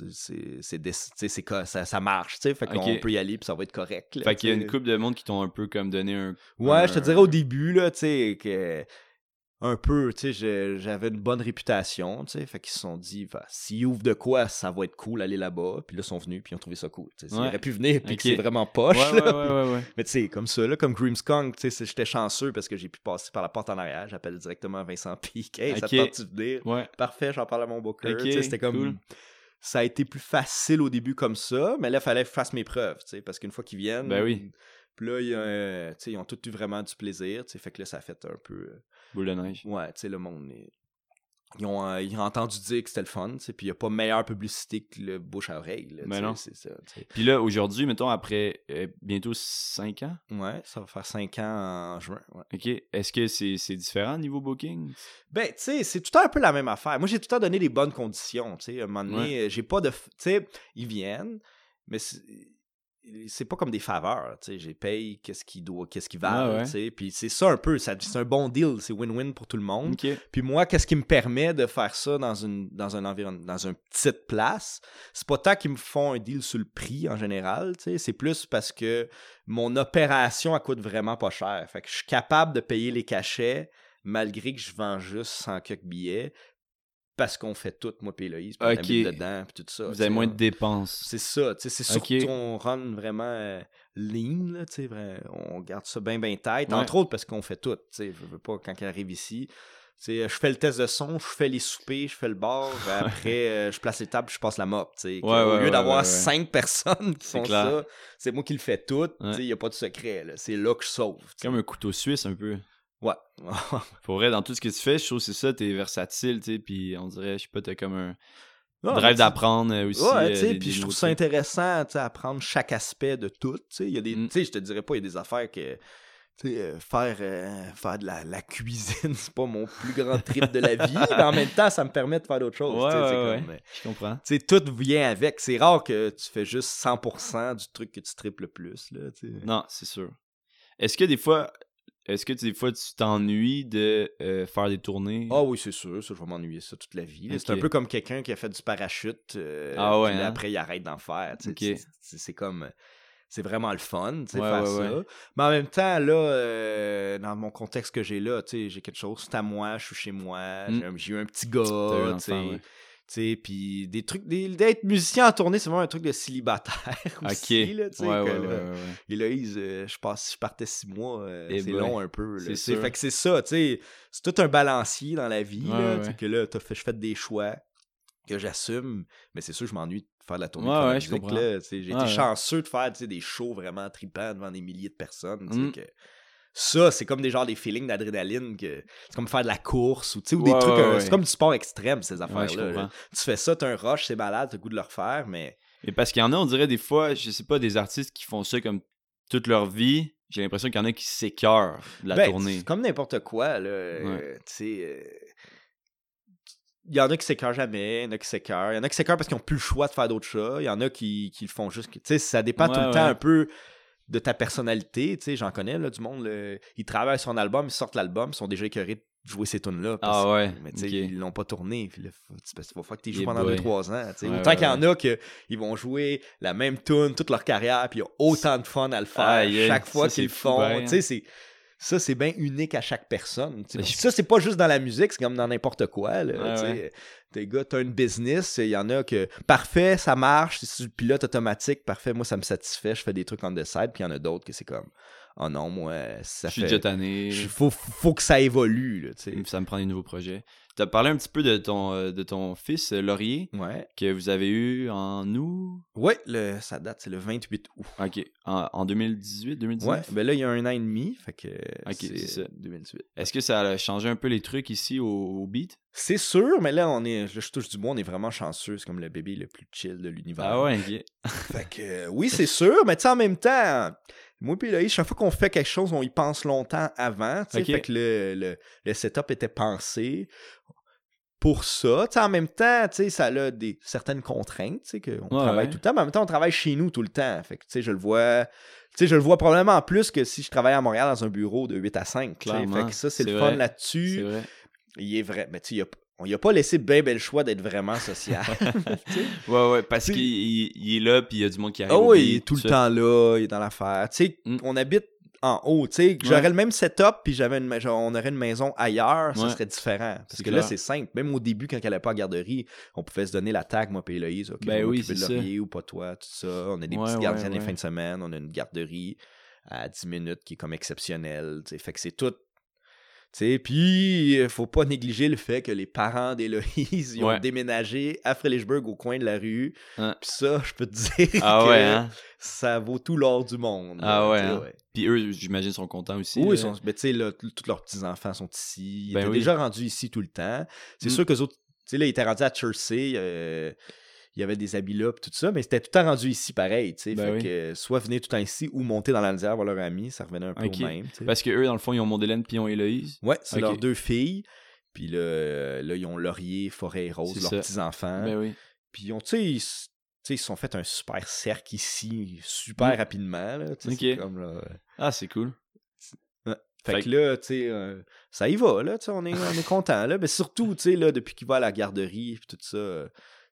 ça marche, tu sais. Fait qu'on peut y aller, puis ça va être correct. Là, fait qu'il y a une couple de monde qui t'ont un peu comme donné un... Ouais, je te dirais au début, là, tu sais, que... Un peu, tu sais, j'avais une bonne réputation, tu sais, fait qu'ils se sont dit, s'ils ouvrent de quoi, ça va être cool, aller là-bas, puis là, ils sont venus, puis ils ont trouvé ça cool, tu sais, ils auraient pu venir, puis que c'est vraiment poche, là. Mais tu sais, comme ça, là, comme Grimmskunk, tu sais, j'étais chanceux parce que j'ai pu passer par la porte en arrière, j'appelle directement Vincent Pic, hey, ça te tente-tu de venir? Parfait, j'en parle à mon booker, tu sais, c'était comme... Cool. Ça a été plus facile au début comme ça, mais là, il fallait que je fasse mes preuves, tu sais, parce qu'une fois qu'ils viennent... Ben oui. Puis là, ils ont tous eu vraiment du plaisir, tu sais, fait que là, ça a fait un peu... boule de neige. Ouais, tu sais, le monde... Ils ont entendu dire que c'était le fun, tu sais, puis il n'y a pas meilleure publicité que le bouche à oreille, là, ben non. C'est ça, t'sais. Puis là, aujourd'hui, mettons, après bientôt 5 ans? Ouais, ça va faire 5 ans en juin, ouais. OK. Est-ce que c'est différent niveau booking? Ben, tu sais, c'est tout le temps un peu la même affaire. Moi, j'ai tout le temps donné les bonnes conditions, tu sais. À un moment donné, j'ai pas de... Tu sais, ils viennent, mais... C'est pas comme des faveurs, tu sais, j'ai payé qu'est-ce qu'ils valent, tu sais, puis c'est ça un peu, c'est un bon deal, c'est win-win pour tout le monde. Puis moi, qu'est-ce qui me permet de faire ça dans un environnement, dans une petite place, c'est pas tant qu'ils me font un deal sur le prix en général, tu sais, c'est plus parce que mon opération, elle coûte vraiment pas cher, fait que je suis capable de payer les cachets malgré que je vends juste 100 quelques billets. Parce qu'on fait tout, moi et Loïse, puis on habite dedans, puis tout ça. Vous avez moins de dépenses. C'est ça, tu sais, c'est surtout qu'on run vraiment lean, là, tu sais, on garde ça bien tête, entre autres parce qu'on fait tout, tu sais, je veux pas, quand il arrive ici, tu sais, je fais le test de son, je fais les soupers, je fais le bar, après, je place les tables, je passe la mop, tu sais, au lieu d'avoir 5 personnes qui font ça, c'est moi qui le fais tout, tu sais, il n'y a pas de secret, là, c'est là que je sauve. C'est comme un couteau suisse, un peu. Ouais. Pour vrai, dans tout ce que tu fais, je trouve que c'est ça, t'es versatile, tu sais, puis on dirait, je sais pas, t'as comme un... drive d'apprendre aussi. Ouais, tu sais, puis je trouve ça intéressant, tu sais, apprendre chaque aspect de tout, tu sais. Il y a des, tu sais, je te dirais pas, il y a des affaires que, tu sais, faire de la cuisine, c'est pas mon plus grand trip de la vie, mais en même temps, ça me permet de faire d'autres choses, tu sais. Ouais, je comprends. Tu sais, tout vient avec. C'est rare que tu fais juste 100% du truc que tu tripes le plus, là, tu sais. Non, c'est sûr. Est-ce que des fois tu t'ennuies de faire des tournées? Ah oui, c'est sûr. Ça, je vais m'ennuyer ça toute la vie. Okay. C'est un peu comme quelqu'un qui a fait du parachute. Puis là, après, il arrête d'en faire. Okay. C'est comme... C'est vraiment le fun, tu sais, faire ça. Ouais. Mais en même temps, là, dans mon contexte que j'ai là, tu sais, j'ai quelque chose, c'est à moi, je suis chez moi, j'ai eu un petit gars, tu sais. Tu sais, puis des trucs, d'être musicien en tournée, c'est vraiment un truc de célibataire aussi, là, tu sais. Héloïse, je partais 6 mois, c'est long un peu, là. Fait que c'est ça, tu sais, c'est tout un balancier dans la vie, là, tu sais, que là, je fais des choix que j'assume, mais c'est sûr que je m'ennuie de faire de la tournée de la musique, là, tu sais. J'ai été chanceux de faire, tu sais, des shows vraiment tripants devant des milliers de personnes, tu sais, que... Ça, c'est comme des feelings d'adrénaline que c'est comme faire de la course ou des trucs, c'est comme du sport extrême, ces affaires-là. Tu fais ça, t'as un rush, c'est malade, t'as le goût de le refaire, mais parce qu'il y en a, on dirait des fois, je sais pas, des artistes qui font ça comme toute leur vie. J'ai l'impression qu'il y en a qui s'écœurent de la tournée. C'est comme n'importe quoi, là. Tu sais... Il y en a qui s'écœurent jamais, il y en a qui s'écœurent. Il y en a qui s'écœurent parce qu'ils n'ont plus le choix de faire d'autres choses. Il y en a qui le font juste... Tu sais, ça dépend tout le temps un peu de ta personnalité, tu sais, j'en connais, là, du monde, ils travaillent sur un album, ils sortent l'album, ils sont déjà écœurés de jouer ces tunes-là. Mais tu sais, ils l'ont pas tourné, puis là, il va falloir que tu joues pendant 2-3 ans, tu sais. Autant qu'il y en a qu'ils vont jouer la même tune toute leur carrière, puis ils ont autant de fun à le faire chaque fois qu'ils le font, tu sais, ça, c'est bien unique à chaque personne. Ça, c'est pas juste dans la musique, c'est comme dans n'importe quoi. Là, T'es gars, t'as une business, il y en a que parfait, ça marche, c'est sur le pilote automatique, parfait, moi ça me satisfait, je fais des trucs on the side, puis il y en a d'autres que c'est comme oh non, moi, ça fait. Je suis déjà tanné. Faut que ça évolue. Là, ça me prend des nouveaux projets. Tu as parlé un petit peu de ton fils, Laurier, que vous avez eu en août. Oui, ça date, c'est le 28 août. OK. En 2018, 2019? Ouais, ben là, il y a 1 an et demi, fait que c'est ça. 2018. Est-ce que ça a changé un peu les trucs ici au beat? C'est sûr, mais là, je touche du bois, on est vraiment chanceux. C'est comme le bébé le plus chill de l'univers. Ah ouais, OK. Fait que oui, c'est sûr, mais tu sais, en même temps... Moi puis Loïs, chaque fois qu'on fait quelque chose, on y pense longtemps avant. Fait que le setup était pensé pour ça. T'sais, en même temps, ça a certaines contraintes, qu'on travaille tout le temps, mais en même temps, on travaille chez nous tout le temps. Fait que je le vois probablement plus que si je travaillais à Montréal dans un bureut de 8 à 5. Fait que ça, c'est le fun là-dessus. C'est vrai. Il est vrai. Mais on lui a pas laissé bien bel choix d'être vraiment social. ouais, parce qu'il est là, puis il y a du monde qui arrive. Ah oui, il est tout le temps là, il est dans l'affaire. On habite en haut, j'aurais le même setup, puis on aurait une maison ailleurs, ça serait différent. Parce que là, c'est simple. Même au début, quand elle n'allait pas à la garderie, on pouvait se donner la tag, moi et Héloïse. OK, on va de Laurier ou pas toi, tout ça. On a des petits gardiens les fins de semaine, on a une garderie à 10 minutes qui est comme exceptionnelle. Fait que c'est tout. Puis, il faut pas négliger le fait que les parents d'Héloïse, ils ont déménagé à Frédéricksburg au coin de la rue. Puis ça, je peux te dire que ça vaut tout l'or du monde. Puis eux, j'imagine, sont contents aussi. Oui, tous leurs petits-enfants sont ici. Ils étaient déjà rendus ici tout le temps. C'est sûr qu'eux autres, là, ils étaient rendus à Chersey. Il y avait des habits là, tout ça, mais c'était tout le temps rendu ici pareil, fait que soit venir tout le temps ici ou monter dans la lisière voir leurs amis, ça revenait un peu au même. Parce que eux, dans le fond, ils ont Mondélène puis ils ont Héloïse. Ouais, c'est leurs 2 filles, puis là, ils ont Laurier, Forêt et Rose, leurs petits-enfants. Puis ils se sont fait un super cercle ici, super rapidement, là, c'est comme là... Ah, c'est cool. Fait que là, ça y va, là, on est content, là, mais surtout, là, depuis qu'il va à la garderie, puis tout ça,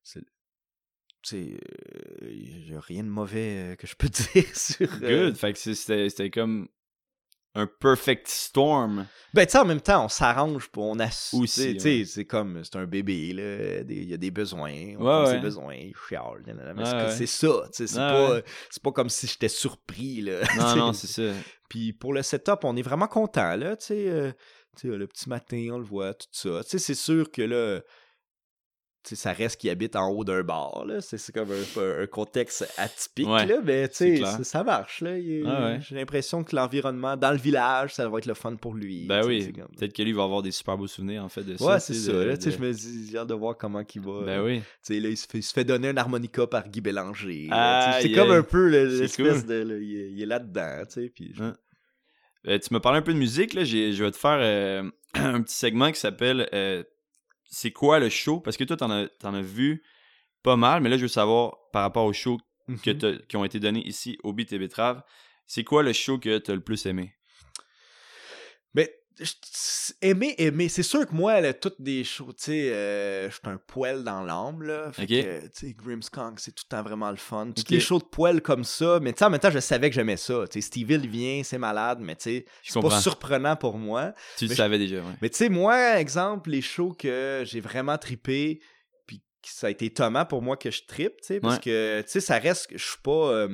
il n'y a rien de mauvais que je peux dire sur... Good, fait que c'était comme un perfect storm. Ben, tu sais, en même temps, on s'arrange pour... Aussi, c'est comme... C'est un bébé, là. Il y a des besoins. On a ses besoins. Il chiale. C'est ça, tu sais. C'est pas comme si j'étais surpris, là. Non, c'est ça. Puis pour le setup, on est vraiment content, là, tu sais. Le petit matin, on le voit, tout ça. Tu sais, c'est sûr que, là... ça reste qu'il habite en haut d'un bar, là. C'est comme un contexte atypique, là, mais ça marche, là. J'ai l'impression que l'environnement dans le village, ça va être le fun pour lui. Ben oui, peut-être que lui va avoir des super beaux souvenirs, en fait, de ça. Ouais, c'est ça, là, je me dis, j'ai hâte de voir comment il va. Ben oui. Là, il se fait donner un harmonica par Guy Bélanger. C'est comme un peu l'espèce cool. De... il est là-dedans, tu sais, puis... tu m'as parlé un peu de musique, là. Je vais te faire un petit segment qui s'appelle c'est quoi le show? Parce que toi, t'en as vu pas mal, mais là, je veux savoir, par rapport aux shows qui ont été donnés ici au Beat et Betrave, c'est quoi le show que t'as le plus aimé? Mais, aimer, c'est sûr que moi, là, toutes des shows, tu sais, je suis un poêle dans l'âme, là. Fait que, tu sais, Grimmskunk, c'est tout le temps vraiment le fun. Toutes les shows de poêle comme ça, mais tu sais, en même temps, je savais que j'aimais ça. Tu sais, Steve Hill vient, c'est malade, mais tu sais, c'est pas surprenant pour moi. Tu le savais déjà, ouais. Mais tu sais, moi, exemple, les shows que j'ai vraiment trippé, puis ça a été étonnant pour moi que je trippe, tu sais, parce que, tu sais, ça reste que je suis pas...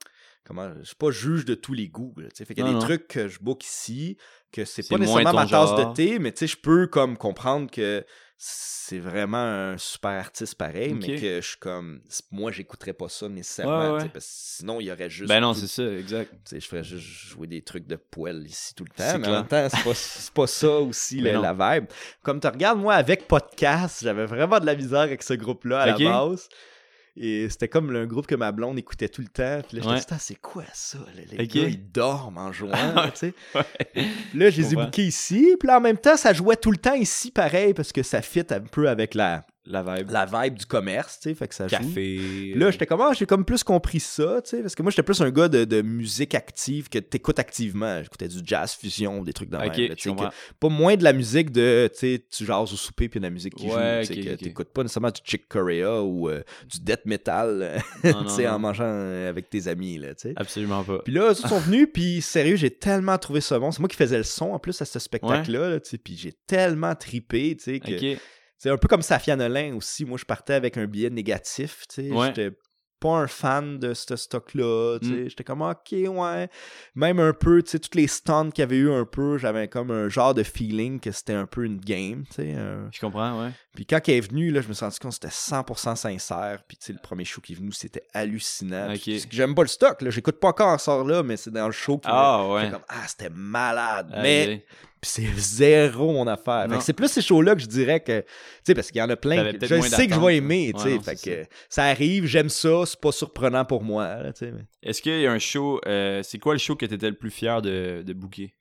je suis pas juge de tous les goûts. Fait qu'il y a des trucs que je book ici, que c'est pas nécessairement ma tasse de thé, mais je peux comme comprendre que c'est vraiment un super artiste pareil, mais que je suis comme... Moi, j'écouterais pas ça nécessairement, parce que sinon, il y aurait juste... Ben non, c'est ça, exact. Je ferais juste jouer des trucs de poêle ici tout le temps, mais en même temps, c'est pas ça aussi la vibe. Comme tu regardes, moi, avec Podcast, j'avais vraiment de la misère avec ce groupe-là à la base. Et c'était comme un groupe que ma blonde écoutait tout le temps. Puis là, je me disais, c'est quoi ça? Les gars, ils dorment en jouant. Tu sais. Là, je les ai bookés ici. Puis là, en même temps, ça jouait tout le temps ici, pareil, parce que ça fit un peu avec la vibe du commerce, tu sais, fait que ça café. Puis là, j'étais comme, j'ai comme plus compris ça, tu sais, parce que moi, j'étais plus un gars de musique active que t'écoutes activement. J'écoutais du jazz fusion, des trucs de même. Tu sais, pas moins de la musique de, tu sais, tu jases au souper puis de la musique qui joue, tu sais, que t'écoutes pas nécessairement du Chick Corea ou du death metal, tu sais, en mangeant avec tes amis, là, tu sais. Absolument pas. Puis là, ils sont venus, puis sérieux, j'ai tellement trouvé ça bon. C'est moi qui faisais le son, en plus, à ce spectacle-là, tu sais, puis j'ai tellement trippé, tu sais, que... C'est un peu comme Safia Nolin aussi. Moi, je partais avec un billet négatif. J'étais pas un fan de ce stock-là. J'étais comme, OK, ouais. Même un peu, toutes les stands qu'il y avait eu un peu, j'avais comme un genre de feeling que c'était un peu une game. Je comprends, ouais. Puis quand elle est venue, là, je me suis rendu compte que c'était 100% sincère. Puis le premier show qui est venu, c'était hallucinant. J'aime pas le stock. Là. J'écoute pas encore ça là, mais c'est dans le show qui j'étais comme, c'était malade. Mais... c'est zéro mon affaire. Fait que c'est plus ces shows-là que je dirais que... Tu sais, parce qu'il y en a plein que je sais que je vais aimer, tu sais. Fait que ça arrive, j'aime ça, c'est pas surprenant pour moi, là, tu sais. Mais... Est-ce qu'il y a un show... c'est quoi le show que t'étais le plus fier de booker?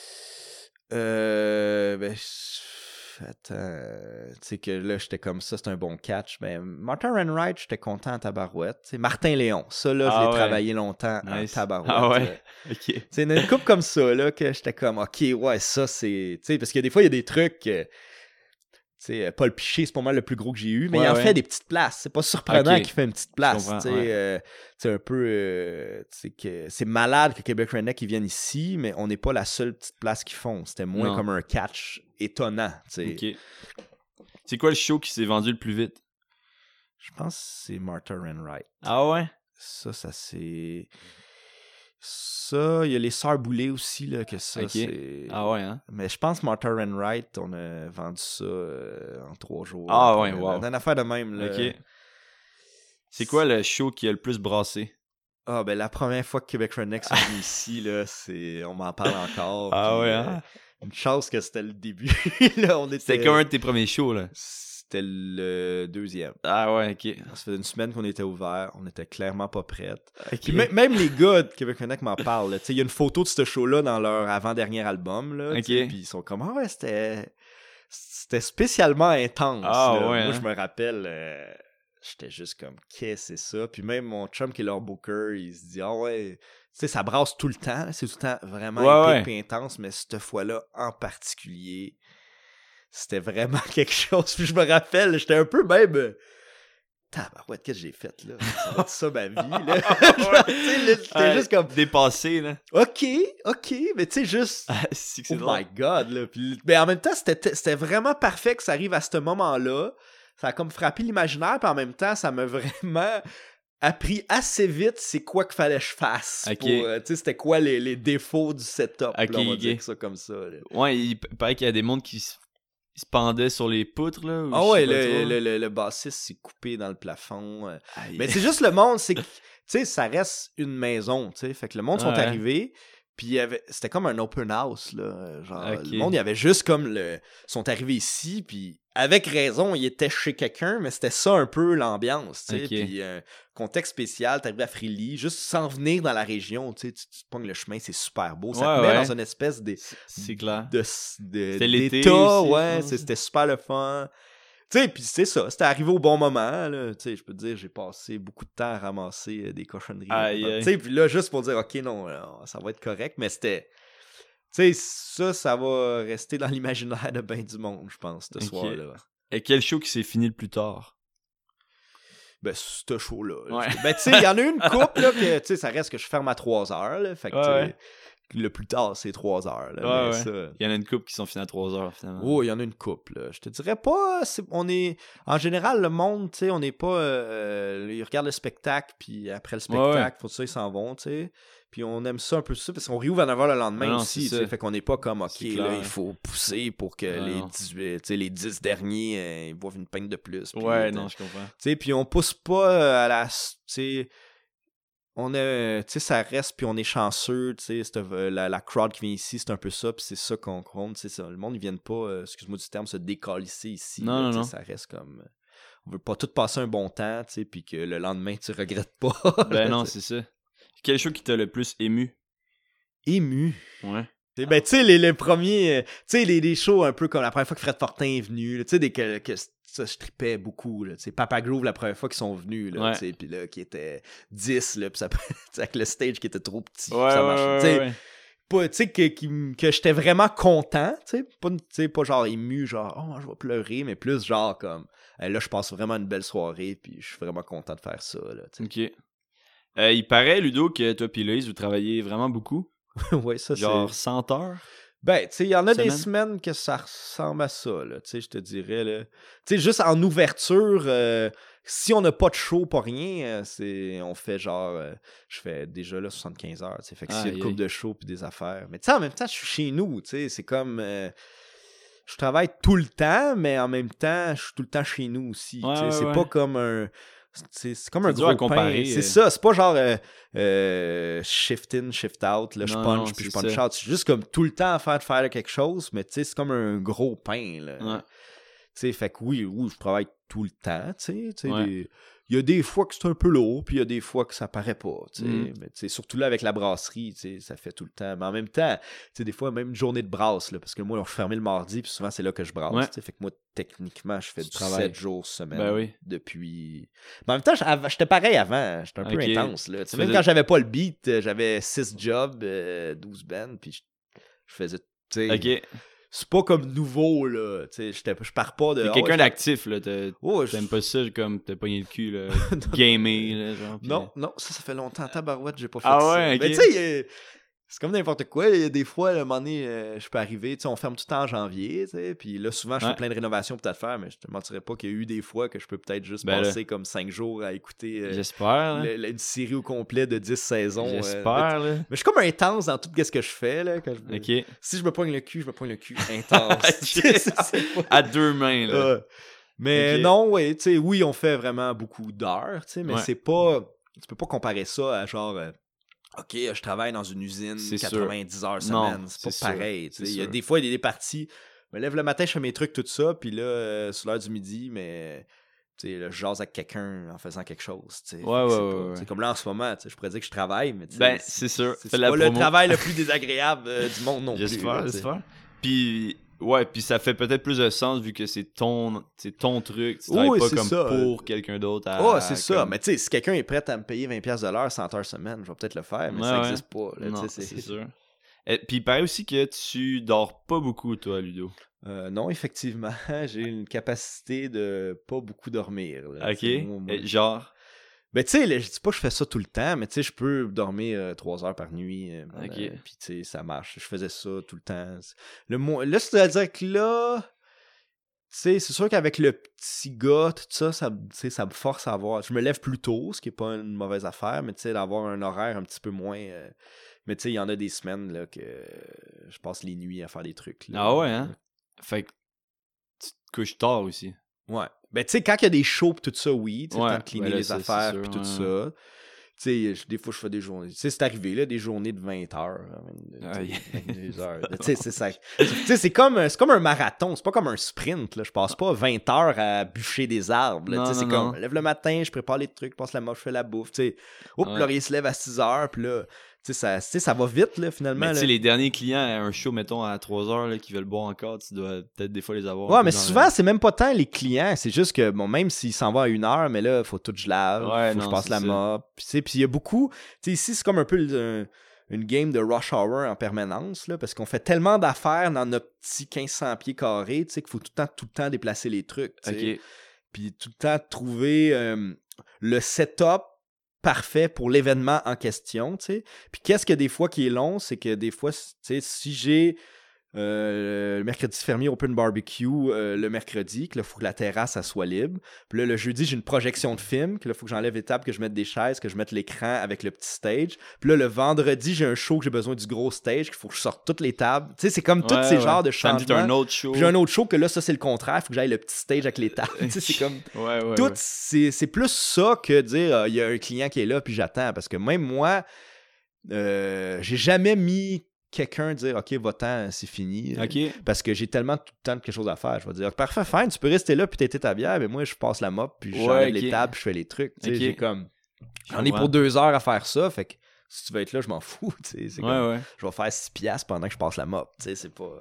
Attends... Tu sais que là, j'étais comme ça, c'est un bon catch. Mais Martin Renwright, j'étais content en tabarouette. T'sais, Martin Léon, ça, là, je l'ai travaillé longtemps en tabarouette. Ah ouais? OK. C'est une couple comme ça, là, que j'étais comme, OK, ouais, ça, c'est... Tu sais, parce que des fois, il y a des trucs... tu sais, Paul Piché, c'est pas mal le plus gros que j'ai eu, mais il en fait des petites places. C'est pas surprenant qu'il fait une petite place. Tu sais, un peu... que c'est malade que Québec Redneck ils viennent ici, mais on n'est pas la seule petite place qu'ils font. C'était moins comme un catch étonnant, tu sais. OK. C'est quoi le show qui s'est vendu le plus vite? Je pense que c'est Martha Renwright. Ah ouais? Ça c'est... Ça, il y a les Sœurs Boulay aussi, là, que ça, c'est... Ah ouais, hein? Mais je pense que Martha Renwright, on a vendu ça en 3 jours. Ah ouais, wow. Une affaire de même, là. OK. C'est quoi le show qui a le plus brassé? Ah, ben la première fois que Québec Redneck sont venus ici, là, on m'en parle encore. Ah ouais, hein? Une chance que c'était le début. Là, c'était comme un de tes premiers shows, là? C'était le 2e. Ah ouais, OK. Ça faisait une semaine qu'on était ouvert. On était clairement pas prêts. Okay. Même les gars de Québec Redneck m'en parlent. Il y a une photo de ce show-là dans leur avant-dernier album. Là, puis ils sont comme, ouais, c'était spécialement intense. Ah là. ouais, Moi, hein? je me rappelle... J'étais juste comme, qu'est-ce que c'est ça? Puis même mon chum qui est leur booker, il se dit, ouais, tu sais, ça brasse tout le temps. C'est tout le temps vraiment épique et intense, mais cette fois-là, en particulier, c'était vraiment quelque chose. Puis je me rappelle, j'étais un peu même... Tabarouette, qu'est-ce que j'ai fait, là? Ça va être ça, ma vie, là? J'étais juste comme... Dépassé, là. OK, mais tu sais, juste... c'est oh my God, là. Puis, mais en même temps, c'était vraiment parfait que ça arrive à ce moment-là. Ça a comme frappé l'imaginaire, puis en même temps, ça m'a vraiment appris assez vite c'est quoi qu'il fallait que je fasse. Okay. Tu sais, c'était quoi les défauts du setup. Okay, là, on va dire ça comme ça. Là. Ouais, il paraît qu'il y a des mondes qui il se pendait sur les poutres, là? Ah ouais, le bassiste s'est coupé dans le plafond. Mais c'est juste le monde, c'est que, tu sais, ça reste une maison, tu sais. Fait que le monde sont arrivés, puis c'était comme un open house, là. Genre, le monde, il y avait juste comme sont arrivés ici, puis avec raison, ils étaient chez quelqu'un, mais c'était ça un peu l'ambiance, tu sais. Puis contexte spécial, t'arrives à Freely, juste sans venir dans la région, tu sais, tu pognes le chemin, c'est super beau. Ça te met dans une espèce c'est clair. C'était l'été aussi, c'était super le fun. Tu sais, puis c'est ça, c'était arrivé au bon moment, là. Tu sais, je peux te dire, j'ai passé beaucoup de temps à ramasser des cochonneries. Tu sais, puis là, juste pour dire, OK, non, ça va être correct, mais c'était... Tu sais, ça va rester dans l'imaginaire de ben du monde, je pense, ce soir-là. Et quel show qui s'est fini le plus tard? Ben, ce show-là. Ben, tu sais, il y en a une couple, là, que, tu sais, ça reste que je ferme à 3 heures, là. Fait que, le plus tard, c'est 3 heures, là. Ça... Il y en a une couple qui sont finis à 3 heures, finalement. Oh, il y en a une couple, là. Je te dirais pas... on est... En général, le monde, tu sais, on n'est pas... ils regardent le spectacle, puis après le spectacle, faut ça, ils s'en vont, tu sais. Puis on aime ça un peu ça, parce qu'on réouvre à 9h le lendemain aussi, tu sais. Fait qu'on n'est pas comme, OK, là, il faut pousser pour que les 10 derniers, ils boivent une pinte de plus. Puis, non, je comprends. Tu sais, puis on pousse pas à la... Tu sais... On a, tu sais, ça reste, puis on est chanceux, tu sais, la crowd qui vient ici, c'est un peu ça, puis c'est ça qu'on compte, tu sais, le monde, ils viennent pas, excuse-moi du terme, se décalisser ici, non. Ça reste comme, on veut pas tout passer un bon temps, tu sais, puis que le lendemain, tu regrettes pas. Ben non, c'est ça. Quel show qui t'a le plus ému? Ému? Ouais. Ben, tu sais, les premiers, tu sais, les shows un peu comme la première fois que Fred Fortin est venu, tu sais, ça, je tripais beaucoup, là, tu sais, Papa Groove, la première fois qu'ils sont venus, là, tu sais, pis là, qui était 10, là, pis ça, avec le stage qui était trop petit, ça marchait, tu sais, que j'étais vraiment content, tu sais, pas genre ému, genre, oh, je vais pleurer, mais plus genre comme, là, je passe vraiment une belle soirée, puis je suis vraiment content de faire ça, là, tu sais. OK. Il paraît, Ludo, que toi pis Loïs, vous travaillez vraiment beaucoup. Ouais, ça, genre 100 heures? Ben, tu sais, il y en a des semaines que ça ressemble à ça, là, tu sais, je te dirais, là. Tu sais, juste en ouverture, si on n'a pas de show, pas rien, on fait genre, je fais déjà là 75 heures, tu sais, fait que s'il y a une couple de shows puis des affaires. Mais tu sais, en même temps, je suis chez nous, tu sais, c'est comme, je travaille tout le temps, mais en même temps, je suis tout le temps chez nous aussi, tu sais, c'est pas comme un... C'est comme un gros à comparer. C'est ça, c'est pas genre shift in, shift out, là, je punch puis je punch out. C'est juste comme tout le temps à faire quelque chose, mais tu sais, c'est comme un gros pain, là. Tu sais, fait que oui, je travaille tout le temps, tu sais. Il y a des fois que c'est un peu lourd, puis il y a des fois que ça paraît pas, tu sais. Mais tu sais, surtout là avec la brasserie, tu sais, ça fait tout le temps. Mais en même temps, tu sais, des fois, même une journée de brasse, là, parce que moi, on fermé le mardi, puis souvent, c'est là que je brasse, tu sais. Fait que moi, techniquement, je fais du 7 jours semaine depuis... Mais en même temps, j'étais pareil avant, j'étais un peu intense, là. Même quand j'avais pas le beat, j'avais 6 jobs, 12 bands, puis je faisais, tu sais... OK. C'est pas comme nouveau, là. Tu sais, je pars pas de... T'es quelqu'un d'actif, là. T'aimes pas ça, comme t'as pogné le cul, là. Gamer, là, genre. Pis... Non, ça fait longtemps. Tabarouette, j'ai pas fait ça. Ouais, OK. Mais tu sais, c'est comme n'importe quoi. Il y a des fois, à un moment donné, je peux arriver. Tu sais, on ferme tout le temps en janvier, tu sais. Puis là, souvent, je fais plein de rénovations peut-être faire, mais je te mentirais pas qu'il y a eu des fois que je peux peut-être juste passer comme 5 jours à écouter j'espère, une série au complet de 10 saisons. J'espère, là. Mais je suis comme intense dans tout ce que je fais, là. Si je me pogne le cul, je me pogne le cul intense. À 2 mains, là. Mais non, tu sais, oui, on fait vraiment beaucoup d'heures, tu sais, mais c'est pas... Tu peux pas comparer ça à genre... OK, je travaille dans une usine 90 heures semaine. Non, c'est pas pareil. Il y a des fois, il y a des parties. Je me lève le matin, je fais mes trucs, tout ça. Puis là, sur l'heure du midi, mais je jase avec quelqu'un en faisant quelque chose. C'est comme là en ce moment, je pourrais dire que je travaille, mais c'est sûr. C'est pas le travail le plus désagréable du monde non plus. J'espère. Puis... Ouais, puis ça fait peut-être plus de sens vu que c'est ton truc. Tu travailles pas comme ça. Pour quelqu'un d'autre. C'est ça. Mais tu sais, si quelqu'un est prêt à me payer 20$ de l'heure, 100 heures semaine, je vais peut-être le faire, mais ça n'existe pas. Là, non, c'est sûr. Puis il paraît aussi que tu dors pas beaucoup, toi, Ludo. Non, effectivement. J'ai une capacité de pas beaucoup dormir. Là, OK. Genre... Ben, tu sais, je dis pas que je fais ça tout le temps, mais tu sais, je peux dormir 3 heures par nuit. OK. Puis, tu sais, ça marche. Je faisais ça tout le temps. Là, c'est-à-dire que là, tu sais, c'est sûr qu'avec le petit gars, tout ça, ça me force à avoir... Je me lève plus tôt, ce qui est pas une mauvaise affaire, mais tu sais, d'avoir un horaire un petit peu moins... Mais tu sais, il y en a des semaines, là, que je passe les nuits à faire des trucs. Là. Ah ouais, hein? Fait que tu te couches tard aussi. Ouais. Ben, tu sais, quand il y a des shows pis tout ça, oui. Tu sais, Ouais. le temps de cleaner les affaires pis tout ça. Tu sais, des fois, je fais des journées. Tu sais, c'est arrivé, là, des journées de 20 heures. 22 heures. Tu sais, c'est ça. Tu sais, c'est comme un marathon. C'est pas comme un sprint, là. Je passe pas 20 heures à bûcher des arbres. Tu sais, c'est comme, lève le matin, je prépare les trucs, je passe la mop, je fais la bouffe. Tu sais, Laurier se lève à 6 heures, puis là, tu sais, ça va vite, là, finalement. Mais tu sais, les derniers clients à un show, mettons, à 3 heures, là, qui veulent boire encore, tu dois peut-être des fois les avoir. Ouais, mais souvent, c'est même pas tant les clients. C'est juste que, bon, même s'ils s'en vont à 1 heure, mais là, il faut tout que je lave, faut que je passe la mop. Puis il y a beaucoup. Tu sais, ici, c'est comme un peu une game de rush hour en permanence, là, parce qu'on fait tellement d'affaires dans notre petit 1500 pieds carrés, tu sais, qu'il faut tout le temps déplacer les trucs. OK. Puis tout le temps trouver le setup parfait pour l'événement en question, tu sais. Puis qu'est-ce que des fois qui est long, c'est que des fois, tu sais, si j'ai le mercredi fermier open barbecue le mercredi, que là, il faut que la terrasse elle soit libre. Puis là, le jeudi, j'ai une projection de film, que là, il faut que j'enlève les tables, que je mette des chaises, que je mette l'écran avec le petit stage. Puis là, le vendredi, j'ai un show que j'ai besoin du gros stage, qu'il faut que je sorte toutes les tables. Tu sais, c'est comme tous ces genres de changements. Un autre show. Puis j'ai un autre show que là, ça, c'est le contraire. Il faut que j'aille le petit stage avec les tables. Tu sais, c'est comme... C'est plus ça que dire, il y a un client qui est là, puis j'attends. Parce que même moi, j'ai jamais mis quelqu'un dire OK, va-t'en, c'est fini. Parce que j'ai tellement tout le temps de quelque chose à faire. Je vais dire parfait, fine, tu peux rester là puis t'étais ta bière, mais moi je passe la mop puis j'enlève les tables puis je fais les trucs. J'ai comme j'en ai pour 2 heures à faire ça, fait que si tu veux être là, je m'en fous. C'est comme, je vais faire 6 piastres pendant que je passe la mop. C'est pas.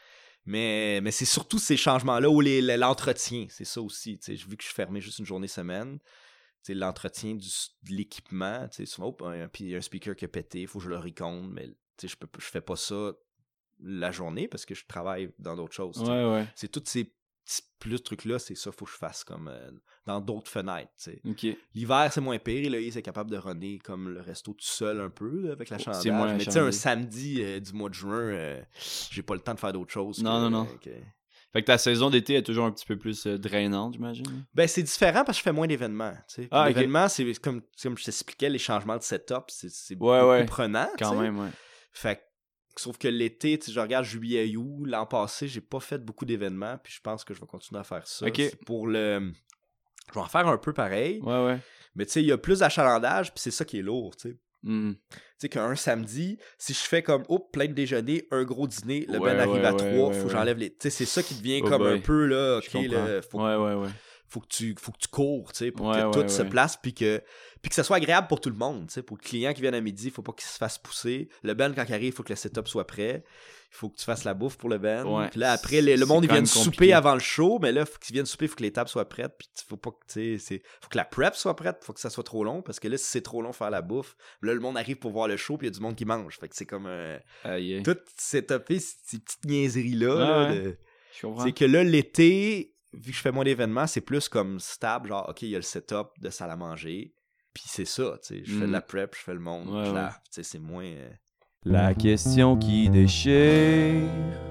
Mais c'est surtout ces changements-là ou l'entretien, c'est ça aussi. Vu que je suis fermé juste une journée semaine. L'entretien de l'équipement, souvent, puis un speaker qui a pété, il faut que je le reconde, mais je fais pas ça la journée parce que je travaille dans d'autres choses. C'est tous ces petits trucs-là, c'est ça, faut que je fasse comme dans d'autres fenêtres. L'hiver, c'est moins pire. Là, c'est capable de runner comme le resto tout seul un peu là, avec la chandelle. Mais tu sais, un samedi du mois de juin, j'ai pas le temps de faire d'autres choses. Non. Fait que ta saison d'été est toujours un petit peu plus drainante, j'imagine? Ben, c'est différent parce que je fais moins d'événements. L'événement, c'est comme je t'expliquais, les changements de setup, c'est beaucoup prenant. Quand même, ouais. Fait que, sauf que l'été, je regarde juillet-août, l'an passé, j'ai pas fait beaucoup d'événements, puis je pense que je vais continuer à faire ça. Pour le... Je vais en faire un peu pareil. Mais tu sais, il y a plus d'achalandage, puis c'est ça qui est lourd, tu sais. Tu sais qu'un samedi, si je fais comme plein de déjeuner, un gros dîner, le ben arrive à 3, faut que j'enlève les... Tu sais, c'est ça qui devient comme un peu, là, OK, là, faut que tu cours, tu sais, pour que tout se place, puis que ça soit agréable pour tout le monde, tu sais. Pour le client qui vient à midi, il faut pas qu'il se fasse pousser. Le ben, quand il arrive, il faut que le setup soit prêt. Il faut que tu fasses la bouffe pour le ben. Puis là, après, le monde, ils viennent souper avant le show, mais là, faut qu'ils viennent souper, il faut que les tables soient prêtes, puis faut pas que, tu sais, faut que la prep soit prête, faut que ça soit trop long, parce que là, si c'est trop long faire la bouffe, là, le monde arrive pour voir le show, puis il y a du monde qui mange. Fait que c'est comme tout setupé, ces petites niaiseries-là. C'est que là, l'été, vu que je fais moins d'événements, c'est plus comme stable, genre, OK, il y a le setup de salle à manger, puis c'est ça, tu sais, je fais de la prep, je fais le monde, je lave, tu sais, c'est moins... La question qui déchire.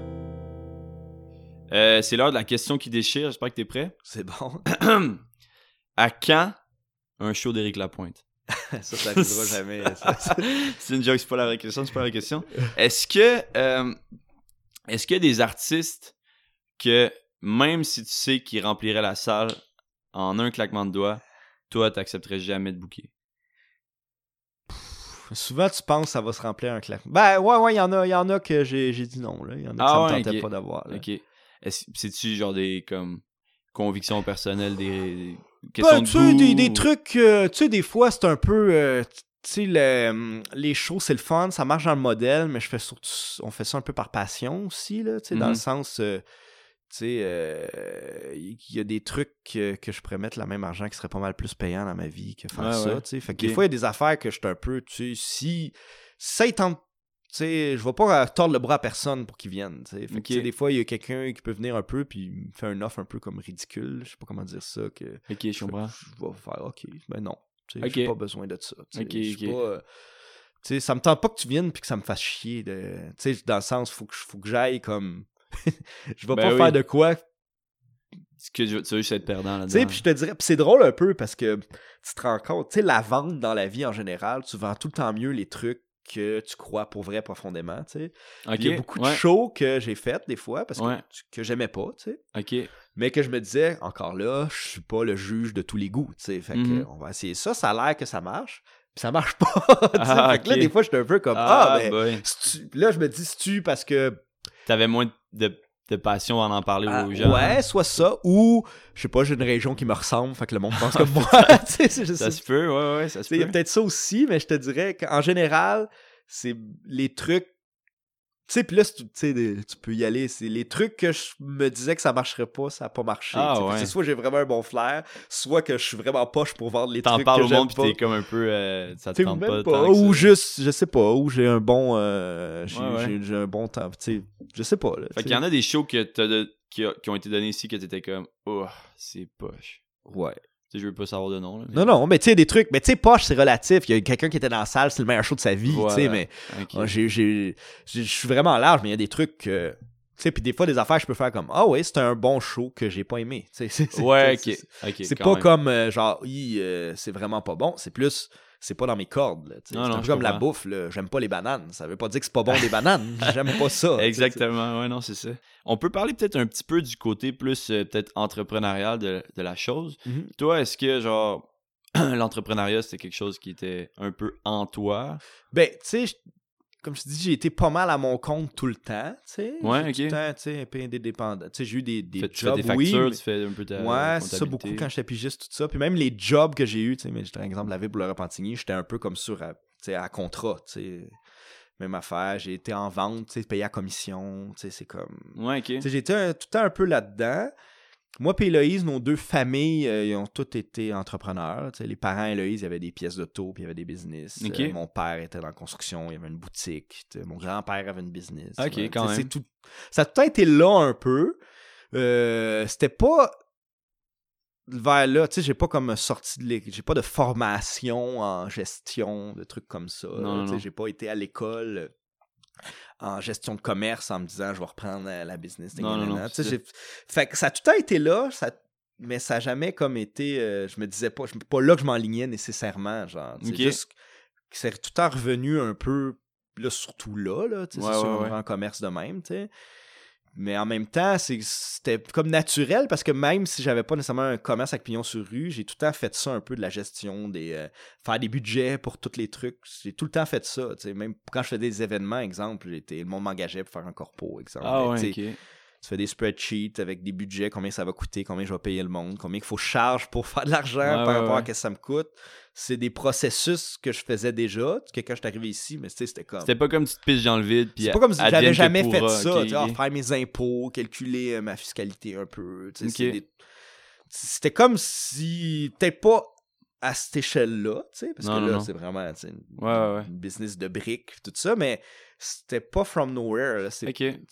C'est l'heure de la question qui déchire, j'espère que t'es prêt. C'est bon. À quand un show d'Éric Lapointe? Ça arrivera jamais. C'est une joke, c'est pas la vraie question, c'est pas la vraie question. Est-ce qu'il y a des artistes que, même si tu sais qu'ils rempliraient la salle en un claquement de doigts, toi, t'accepterais jamais de booker? Souvent, tu penses que ça va se remplir un claquement. Ben, ouais, il y en a que j'ai dit non, là. Il y en a que ça me tentait pas d'avoir. Là. OK. C'est-tu genre des, comme, convictions personnelles, des questions de goût? Des trucs, tu sais, des fois, c'est un peu... tu sais, les shows, c'est le fun, ça marche dans le modèle, mais on fait ça un peu par passion aussi, là, tu sais, dans le sens... tu sais, il y a des trucs que je pourrais mettre le même argent qui serait pas mal plus payant dans ma vie que faire ça, tu sais. Fait que des fois, il y a des affaires que je suis un peu, tu sais, si ça, il tente, tu sais, je vais pas tordre le bras à personne pour qu'ils viennent, tu sais. Fait que, tu sais, des fois, il y a quelqu'un qui peut venir un peu puis me fait un offre un peu comme ridicule, je sais pas comment dire ça, que... OK, je comprends. Je vais faire, OK, ben non, tu sais, j'ai pas besoin de ça, tu sais. Je suis pas... tu sais, ça me tente pas que tu viennes puis que ça me fasse chier, tu sais, dans le sens, faut que j'aille comme... je vais pas faire de quoi que tu veux juste être perdant là-dedans. Tu sais, puis je te dirais, puis c'est drôle un peu parce que tu te rends compte, tu sais, la vente dans la vie en général, tu vends tout le temps mieux les trucs que tu crois pour vrai profondément, tu sais. Ok, il y a beaucoup de shows que j'ai fait des fois parce que j'aimais pas, tu sais. Ok. Mais que je me disais, encore là, je suis pas le juge de tous les goûts, tu sais. Fait que on va essayer ça. Ça a l'air que ça marche. Puis ça marche pas, tu sais. Fait que là, des fois, j'étais un peu comme, là, je me dis, c'est-tu parce que... T'avais moins de passion à en parler aux gens. Ouais, soit ça, ou, je sais pas, j'ai une région qui me ressemble, fait que le monde pense comme moi. Ça se peut, ouais, ça se peut. Il y a peut-être ça aussi, mais je te dirais qu'en général, c'est les trucs... Tu sais, puis là, tu peux y aller. C'est les trucs que je me disais que ça marcherait pas, ça a pas marché. C'est soit j'ai vraiment un bon flair, soit que je suis vraiment poche pour vendre les trucs que j'aime pas. T'en parles au monde, puis t'es comme un peu... ça te tente pas tant ou juste, je sais pas, ou j'ai un bon... j'ai un bon temps, tu sais, je sais pas. Là, fait qu'il y en a des shows qui ont été donnés ici que t'étais comme, oh, c'est poche. Ouais. Tu sais, je veux pas savoir de nom. Là, mais... Non, mais tu sais, des trucs. Mais tu sais, poche, c'est relatif. Il y a quelqu'un qui était dans la salle, c'est le meilleur show de sa vie. Tu sais, mais je suis vraiment large, mais il y a des trucs que. Tu sais, puis des fois, des affaires, je peux faire comme, ah ouais, c'était un bon show que j'ai pas aimé. C'est pas comme, genre, c'est vraiment pas bon. C'est plus. C'est pas dans mes cordes. Là, c'est un peu comme la bouffe. Là. J'aime pas les bananes. Ça veut pas dire que c'est pas bon des bananes. J'aime pas ça. Exactement. Ouais, non, c'est ça. On peut parler peut-être un petit peu du côté plus peut-être entrepreneurial de la chose. Mm-hmm. Toi, est-ce que genre l'entrepreneuriat, c'était quelque chose qui était un peu en toi? Ben, tu sais, comme je te dis, j'ai été pas mal à mon compte tout le temps, tu sais. Ouais, ok. Tout le temps, tu sais, un peu indépendant. Tu sais, j'ai eu des jobs, tu fais des factures, tu fais un peu ta comptabilité. C'est ça beaucoup quand j'étais pigiste, tout ça. Puis même les jobs que j'ai eu, tu sais, mais par exemple, la ville pour le Repentigny, j'étais un peu comme sur, tu sais, à contrat, tu sais. Même affaire, j'ai été en vente, tu sais, payé à commission, tu sais, c'est comme... Ouais, ok. Tu sais, j'étais tout le temps un peu là-dedans. Moi et Héloïse, nos deux familles, ils ont tous été entrepreneurs. T'sais, les parents Héloïse, il y avait des pièces d'auto, puis il y avait des business. Okay. Mon père était dans la construction, il y avait une boutique. Mon grand-père avait une business. Ok, quand même. Ça a tout été là un peu. C'était pas vers là, tu sais, j'ai pas comme sorti j'ai pas de formation en gestion, de trucs comme ça. Non. J'ai pas été à l'école en gestion de commerce en me disant je vais reprendre la business. Non, fait que ça a tout le temps été là, mais ça n'a jamais comme été, je me disais pas, pas là que je m'enlignais nécessairement, genre. C'est juste que c'est tout le temps revenu un peu, là, surtout là, c'est sur un grand commerce de même, tu sais. Mais en même temps, c'était comme naturel parce que même si j'avais pas nécessairement un commerce avec pignon sur rue, j'ai tout le temps fait ça un peu de la gestion, faire des budgets pour tous les trucs. J'ai tout le temps fait ça. Même quand je fais des événements, exemple, le monde m'engageait pour faire un corpo, exemple. Tu fais des spreadsheets avec des budgets, combien ça va coûter, combien je vais payer le monde, combien il faut que je charge pour faire de l'argent par rapport à ce que ça me coûte. C'est des processus que je faisais déjà, que quand je suis arrivé ici, mais c'était comme... C'était pas comme tu te piges dans le vide. Puis c'est pas comme si j'avais jamais fait ça, faire mes impôts, calculer ma fiscalité un peu. C'était comme si... Peut-être pas à cette échelle-là, parce que là, c'est vraiment une business de briques, tout ça, mais c'était pas from nowhere. Là,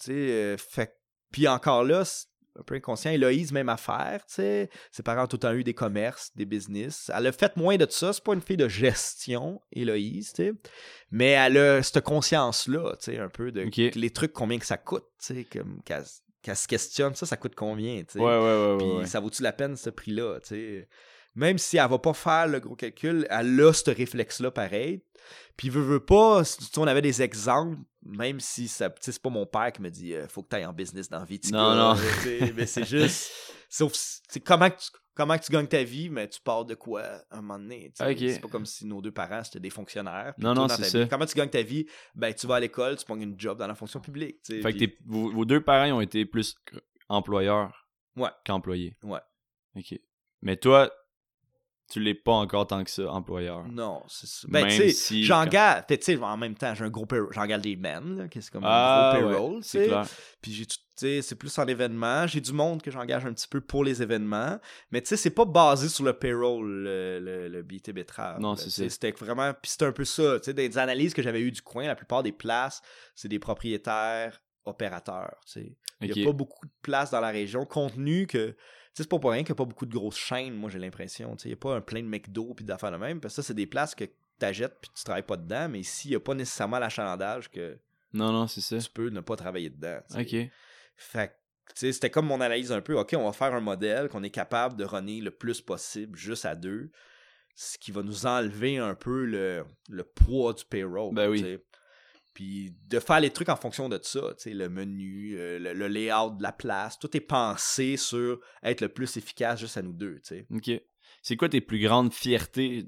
fait. Puis encore là, c'est un peu inconscient. Héloïse, même affaire, tu sais. Ses parents ont tout le temps eu des commerces, des business. Elle a fait moins de ça. C'est pas une fille de gestion, Héloïse, tu sais. Mais elle a cette conscience-là, tu sais, un peu de les trucs, combien que ça coûte, tu sais, comme qu'elle se questionne, ça coûte combien, tu sais. Puis ça vaut-tu la peine, ce prix-là, tu sais. Même si elle va pas faire le gros calcul, elle a ce réflexe-là pareil. Puis veut pas, on avait des exemples, même si ça, c'est pas mon père qui me dit faut que tu ailles en business dans Vitica. Non. Mais c'est juste, sauf comment tu gagnes ta vie, mais tu pars de quoi un moment donné. C'est pas comme si nos deux parents c'était des fonctionnaires. Non, c'est ça. Comment tu gagnes ta vie? Ben tu vas à l'école, tu pognes une job dans la fonction publique. Fait que vos deux parents ont été plus employeurs qu'employés. Ouais. OK. Mais toi, tu l'es pas encore tant que ça, employeur. Non, c'est ça. Ben, tu sais, j'engage, tu sais, en même temps, j'ai un gros payroll, j'engage des men, là, qui c'est comme un gros payroll, tu sais. Puis j'ai, tu sais, c'est plus en événement. J'ai du monde que j'engage un petit peu pour les événements. Mais tu sais, c'est pas basé sur le payroll, le BT Betterave. Non, c'est ça. C'était vraiment, puis c'était un peu ça, tu sais, des analyses que j'avais eues du coin, la plupart des places, c'est des propriétaires opérateurs, tu sais. Il y a pas beaucoup de places dans la région, compte tenu que c'est pas pour rien qu'il n'y a pas beaucoup de grosses chaînes, moi j'ai l'impression. Il n'y a pas un plein de McDo puis d'affaires de même. Parce que ça, c'est des places que tu achètes puis tu travailles pas dedans. Mais ici, il n'y a pas nécessairement l'achalandage que non, c'est ça. Tu peux ne pas travailler dedans. T'sais. OK. Fait que c'était comme mon analyse un peu. OK, on va faire un modèle qu'on est capable de runner le plus possible juste à deux. ce qui va nous enlever un peu le poids du payroll. Ben oui. T'sais. Puis de faire les trucs en fonction de ça, le menu, le layout de la place, tout est pensé sur être le plus efficace juste à nous deux. T'sais. OK. C'est quoi tes plus grandes fiertés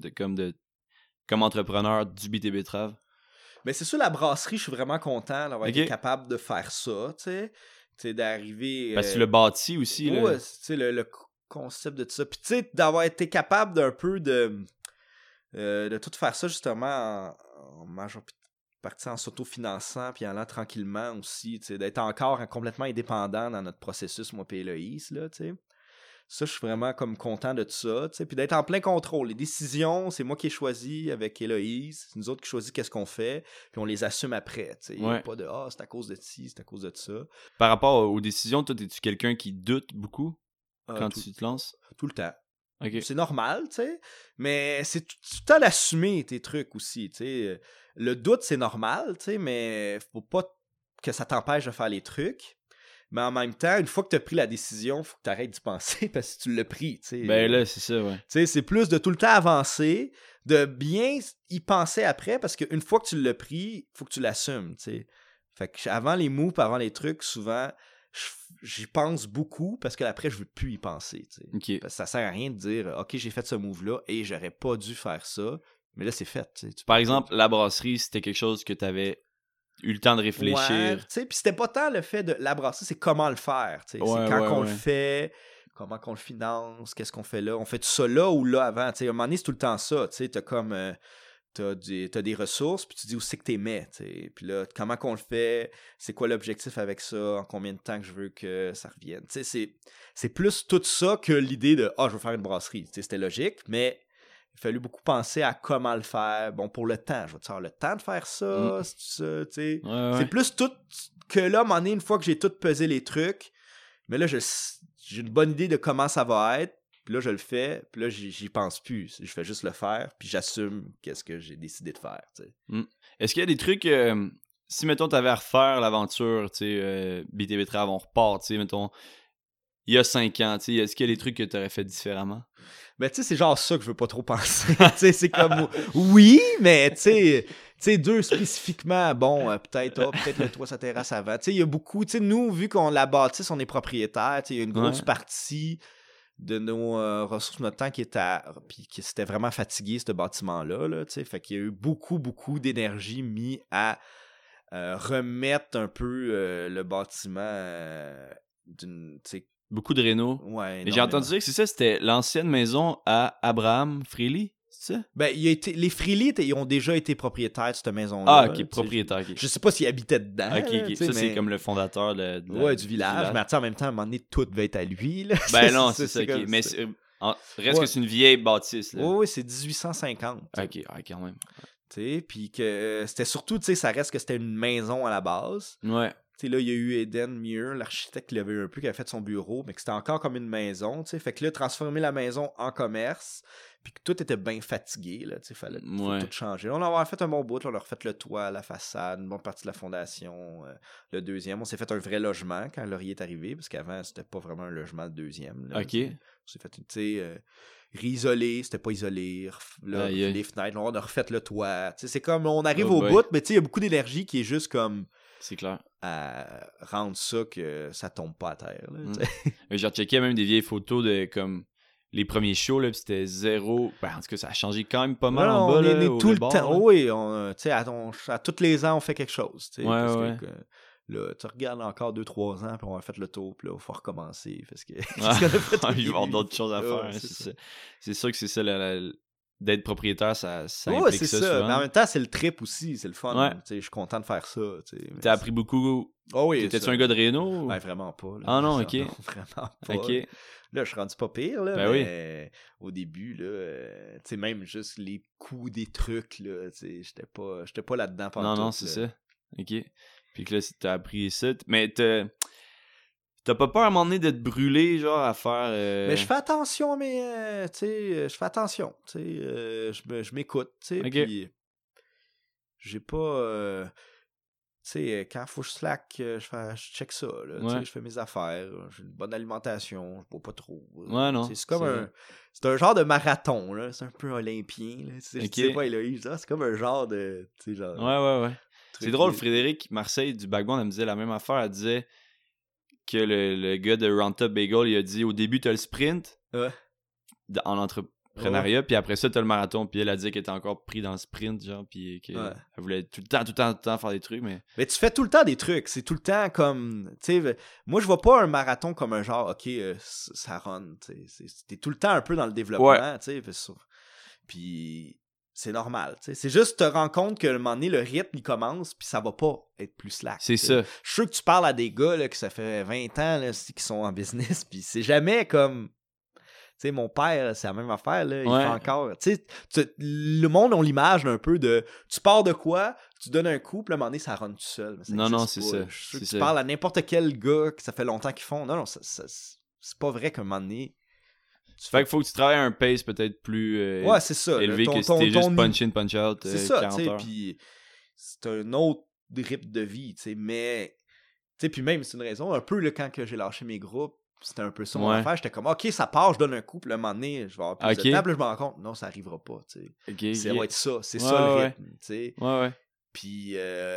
comme entrepreneur du BT Betrave? Mais c'est sûr, la brasserie, je suis vraiment content d'avoir été capable de faire ça, d'arriver... Parce que tu l'as bâti aussi. Ouais, le concept de tout ça. Puis tu sais, d'avoir été capable d'un peu de tout faire ça justement en majeure partie en s'autofinançant puis en allant tranquillement aussi, d'être encore complètement indépendant dans notre processus, moi et Héloïse, là, tu sais. Ça, je suis vraiment comme content de tout ça, tu sais, puis d'être en plein contrôle. Les décisions, c'est moi qui ai choisi avec Héloïse, c'est nous autres qui choisissons qu'est-ce qu'on fait, puis on les assume après, tu sais. Il n'y a pas de « Ah, c'est à cause de ci, c'est à cause de ça ». Par rapport aux décisions, toi, es-tu quelqu'un qui doute beaucoup quand tu te lances? Tout le temps. Okay. C'est normal, tu sais, mais c'est tout le temps d'assumer tes trucs aussi, tu sais. Le doute, c'est normal, tu sais, mais faut pas que ça t'empêche de faire les trucs. Mais en même temps, une fois que tu as pris la décision, faut que tu arrêtes d'y penser parce que tu l'as pris, tu sais. Ben là, c'est ça, ouais. Tu sais, c'est plus de tout le temps avancer, de bien y penser après parce qu'une fois que tu l'as pris, faut que tu l'assumes, tu sais. Fait que avant les moves, avant les trucs, souvent... j'y pense beaucoup parce que après je veux plus y penser, tu sais. Okay. Parce que ça sert à rien de dire ok, j'ai fait ce move là et j'aurais pas dû faire ça, mais là c'est fait, tu sais. Par exemple, la brasserie, c'était quelque chose que tu avais eu le temps de réfléchir. Ouais, tu sais, puis c'était pas tant le fait de la brasserie, c'est comment le faire, tu sais. C'est quand qu'on le fait, comment qu'on le finance, qu'est-ce qu'on fait là, on fait tout ça là ou là avant, tu sais. À un moment donné, c'est tout le temps ça, tu sais. T'as comme t'as des ressources, puis tu dis où c'est que t'es mets, t'sais. Puis là, comment qu'on le fait, c'est quoi l'objectif avec ça, en combien de temps que je veux que ça revienne. C'est plus tout ça que l'idée de « Ah, je veux faire une brasserie ». C'était logique, mais il a fallu beaucoup penser à comment le faire. Bon, pour le temps, je vais-tu avoir le temps de faire ça, c'est ça, tu sais. C'est plus tout que là, à un moment donné, une fois que j'ai tout pesé les trucs, mais là, j'ai une bonne idée de comment ça va être. Puis là, je le fais, puis là, j'y pense plus. Je fais juste le faire, puis j'assume qu'est-ce que j'ai décidé de faire, tu sais. Est-ce qu'il y a des trucs... si, mettons, t'avais à refaire l'aventure, tu sais, BT Betrave, on repart, tu sais, mettons, il y a 5 ans, tu sais, est-ce qu'il y a des trucs que t'aurais fait différemment? Ben, tu sais, c'est genre ça que je veux pas trop penser. Tu sais, c'est comme... Oui, mais tu sais, 2 spécifiquement, bon, peut-être le toit sa terrasse avant. Tu sais, il y a beaucoup... Tu sais, nous, vu qu'on la bâtisse, on est propriétaire, tu sais, il y a une grosse partie... de nos ressources, notre temps qui était puis qui s'était vraiment fatigué, ce bâtiment-là, là, tu sais, fait qu'il y a eu beaucoup d'énergie mis à remettre un peu le bâtiment d'une, tu sais... Beaucoup de réno. Ouais. Mais j'ai entendu dire que c'est ça, c'était l'ancienne maison à Abraham Freely, c'est ça? Ben, les Freely, ils ont déjà été propriétaires de cette maison-là. Ah, ok, propriétaire, ok. Je sais pas s'ils habitaient dedans. Ok. Ça, c'est comme le fondateur du village. Mais en même temps, à un moment donné, tout devait être à lui, là. Ben non, c'est ça, ok. Mais reste que c'est une vieille bâtisse, là. Oui, c'est 1850. Ok, quand même. Tu sais, puis que c'était surtout, tu sais, ça reste que c'était une maison à la base. Ouais. Tu sais, là, il y a eu Eden Muir, l'architecte qui l'avait eu un peu, qui a fait son bureau, mais que c'était encore comme une maison, tu sais. Fait que là, transformer la maison en commerce, puis que tout était bien fatigué, là, tu sais, fallait tout changer. On a fait un bon bout, là, on a refait le toit, la façade, une bonne partie de la fondation, le deuxième. On s'est fait un vrai logement quand Laurier est arrivé, parce qu'avant, c'était pas vraiment un logement, le deuxième. Là, ok. On s'est fait, tu sais... réisolé, c'était pas isolé, là, les fenêtres, on a refait le toit. Tu sais, c'est comme, on arrive au bout, mais tu sais, il y a beaucoup d'énergie qui est juste comme... C'est clair. À rendre ça que ça tombe pas à terre. Là, j'ai rechecké même des vieilles photos de comme les premiers shows, là, pis c'était zéro. Ben, en tout cas, ça a changé quand même pas mal en bas. On là, est tout le temps. Oui, à tous les ans, on fait quelque chose. Parce que, là, tu regardes encore 2-3 ans, puis on a fait le tour, puis là, il faut recommencer. Parce que, il va y avoir d'autres choses à faire. C'est sûr que c'est ça, d'être propriétaire, ça implique c'est ça ça. souvent. Mais en même temps, c'est le trip aussi, c'est le fun. Ouais. Je suis content de faire ça. T'as appris beaucoup. Oh oui. T'étais-tu un gars de réno? Ben, vraiment pas. Là. Ah non, ok. Non, vraiment pas. Ok. Là, je suis rendu pas pire, là, ben mais au début, là, même juste les coups des trucs, là, j'étais pas là-dedans pendant Non, c'est ça. Ok. Puis que là, t'as appris ça. Mais t'as pas peur à un moment donné de te brûler, genre, à faire... Mais je fais attention, mais, je fais attention, je m'écoute, okay. puis j'ai pas... sais, quand faut que je slack, je check ça, là, je fais mes affaires, j'ai une bonne alimentation, je bois pas trop. Non. C'est comme c'est un genre de marathon, là, c'est un peu olympien, là. Je sais pas, Héloïse, c'est comme un genre de, tu sais, genre... Ouais. C'est drôle, Frédéric Marseille du Backbone, elle me disait la même affaire, elle disait que le gars de Round Top Bagel, il a dit, au début, t'as le sprint, en entrepreneuriat, puis après ça, t'as le marathon, puis elle a dit qu'elle était encore pris dans le sprint, genre, puis qu'elle voulait tout le temps faire des trucs, mais tu fais tout le temps des trucs, c'est tout le temps comme, tu sais, moi, je vois pas un marathon comme un genre, OK, ça run, tu sais, t'es tout le temps un peu dans le développement, tu sais, puis c'est normal, tu sais, c'est juste te rends compte que, à un moment donné, le rythme, il commence, puis ça va pas être plus slack. C'est ça. Je suis sûr que tu parles à des gars, là, que ça fait 20 ans, là, qui sont en business, puis c'est jamais comme... Tu sais, mon père, c'est la même affaire, là, il fait encore... Tu sais, le monde, on l'image un peu de... Tu pars de quoi, tu donnes un coup, puis à un moment donné, ça run tout seul. Non, c'est ça. Je suis sûr que tu parles à n'importe quel gars que ça fait longtemps qu'ils font. Non, c'est pas vrai qu'à un moment donné... Fait qu'il faut que tu travailles à un pace peut-être plus c'est ça, élevé que si t'es juste punch in, punch out, c'est ça, 40 heures. Puis c'est un autre rythme de vie, tu sais, mais... Tu sais, puis même, c'est une raison, un peu, là, quand que j'ai lâché mes groupes, c'était un peu ça mon affaire. J'étais comme, OK, ça part, je donne un coup, puis le moment donné, je vais avoir plus de table, là, je me rends compte, non, ça arrivera pas, tu sais. Ça va être ça, c'est ça le rythme, tu sais. Puis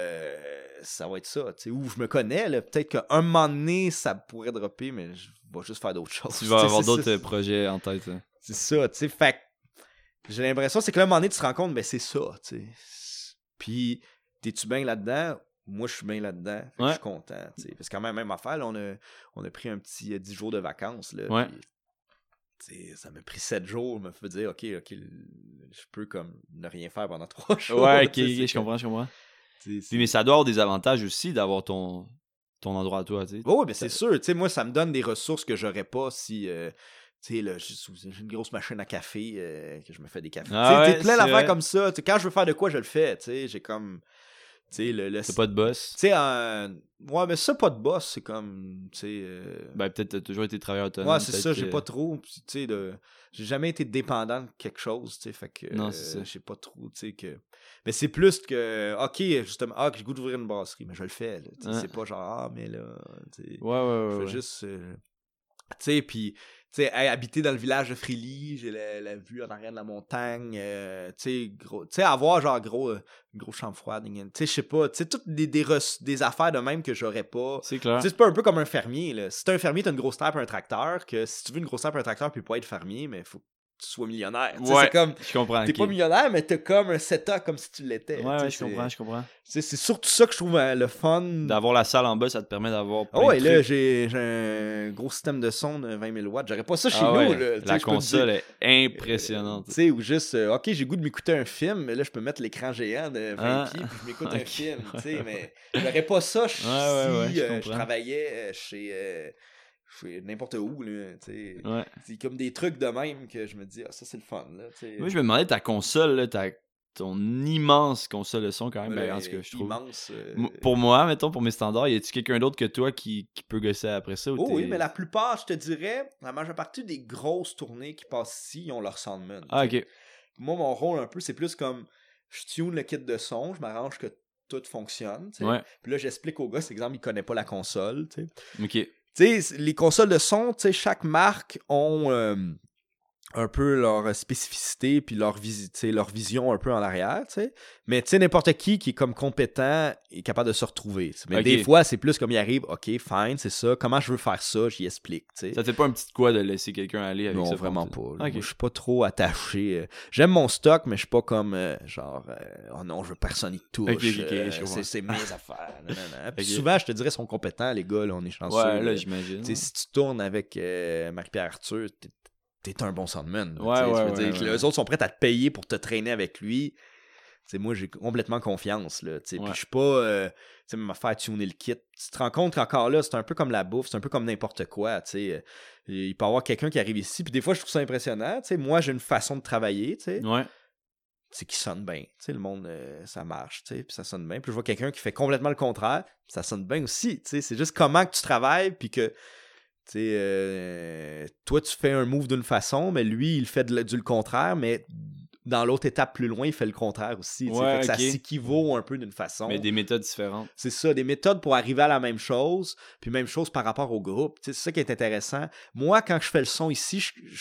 ça va être ça, tu sais. Où je me connais, là, peut-être qu'à un moment donné, ça pourrait dropper, mais je vais juste faire d'autres choses. Tu vas avoir d'autres projets en tête. Hein. C'est ça, tu sais. Fait que j'ai l'impression, c'est que là, à un moment donné, tu te rends compte, ben c'est ça, tu sais. Puis, t'es-tu bien là-dedans? Moi, je suis bien là-dedans. Je suis content. T'sais. Parce que quand même affaire, là, on a pris un petit 10 jours de vacances. Là, puis, ça m'a pris 7 jours. Je me fait dire, OK, je peux comme ne rien faire pendant 3 jours. Ouais, OK, je comprends. Mais ça doit avoir des avantages aussi d'avoir ton endroit à toi. T'sais. Oui, mais c'est sûr. T'sais, moi, ça me donne des ressources que j'aurais pas si... Tu sais, là, j'ai une grosse machine à café que je me fais des cafés. T'sais, plein d'affaires comme ça. T'sais, quand je veux faire de quoi, je le fais. T'sais, j'ai comme... C'est pas de boss. Tu sais, ouais, mais ça, pas de boss, c'est comme, tu sais... Ben, peut-être t'as toujours été travailleur autonome. Ouais, c'est ça, j'ai pas trop, tu sais, j'ai jamais été dépendant de quelque chose, tu sais, fait que... Non, c'est ça. J'ai pas trop, tu sais, que... Mais c'est plus que, OK, justement, que j'ai le goût d'ouvrir une brasserie, mais je le fais, là, tu sais, c'est pas genre, mais là, tu sais... Ouais. Je fais juste... tu sais, puis... Tu sais, habiter dans le village de Frély, j'ai la vue en arrière de la montagne, tu sais, avoir genre une grosse chambre froide, tu sais, je sais pas, tu sais, toutes des affaires de même que j'aurais pas. C'est clair. Tu sais, c'est pas un peu comme un fermier, là. Si t'es un fermier, t'as une grosse terre et un tracteur, que si tu veux une grosse terre et un tracteur puis pas être fermier, mais faut que tu sois millionnaire. Ouais, c'est comme, je comprends. T'es pas millionnaire, mais t'as comme un setup comme si tu l'étais. Ouais, je comprends. C'est surtout ça que je trouve le fun. D'avoir la salle en bas, ça te permet d'avoir plein de trucs. Là, j'ai un gros système de son de 20 000 watts. J'aurais pas ça chez nous. Là, la console est impressionnante. Tu sais, ou juste, OK, j'ai goût de m'écouter un film, mais là, je peux mettre l'écran géant de 20 pieds puis je m'écoute un film. Tu sais, mais j'aurais pas ça si je travaillais chez n'importe où, là, tu sais. C'est comme des trucs de même que je me dis, ça, c'est le fun, là, tu sais. Moi, je me demandais, ta console, là, ton immense console de son, quand même, en ce que je trouve. Immense. Pour moi, mettons, pour mes standards, y a-tu quelqu'un d'autre que toi qui peut gosser après ça? Oui, mais la plupart, je te dirais, la majeure partie des grosses tournées qui passent ici, ils ont leur soundman. Ah, OK. Moi, mon rôle, un peu, c'est plus comme, je tune le kit de son, je m'arrange que tout fonctionne, tu sais. Puis là, j'explique au gars, c'est exemple, il connaît pas la console, tu sais. OK. Tu sais, les consoles de son, tu sais, chaque marque ont un peu leur spécificité puis leur vision un peu en arrière, tu sais. Mais tu sais, n'importe qui est comme compétent est capable de se retrouver. T'sais. Mais des fois, c'est plus comme il arrive, OK, fine, c'est ça. Comment je veux faire ça, j'y explique, tu sais. Ça te fait pas un petit quoi de laisser quelqu'un aller avec ça? Non, vraiment pas. Moi, je suis pas trop attaché. J'aime mon stock, mais je suis pas comme oh non, je veux personne y touche. C'est mes affaires. Puis souvent, je te dirais, ils sont compétents, les gars, là, on est chanceux. Ouais, là, j'imagine. Tu sais, si tu tournes avec Marie-Pierre Arthur, t'es un bon soundman. Eux autres sont prêts à te payer pour te traîner avec lui. T'sais, moi, j'ai complètement confiance. Là, puis je suis pas... même à faire tuner le kit. Tu te rends compte qu'encore là, c'est un peu comme la bouffe, c'est un peu comme n'importe quoi. Il peut y avoir quelqu'un qui arrive ici, puis des fois, je trouve ça impressionnant. Moi, j'ai une façon de travailler. C'est qui sonne bien. Le monde, ça marche, puis ça sonne bien. Puis je vois quelqu'un qui fait complètement le contraire, ça sonne bien aussi. C'est juste comment que tu travailles, puis que toi, tu fais un move d'une façon, mais lui, il fait du le contraire, mais dans l'autre étape plus loin, il fait le contraire aussi. Ouais, ça s'équivaut un peu d'une façon. Mais des méthodes différentes. C'est ça, des méthodes pour arriver à la même chose, puis même chose par rapport au groupe. C'est ça qui est intéressant. Moi, quand je fais le son ici,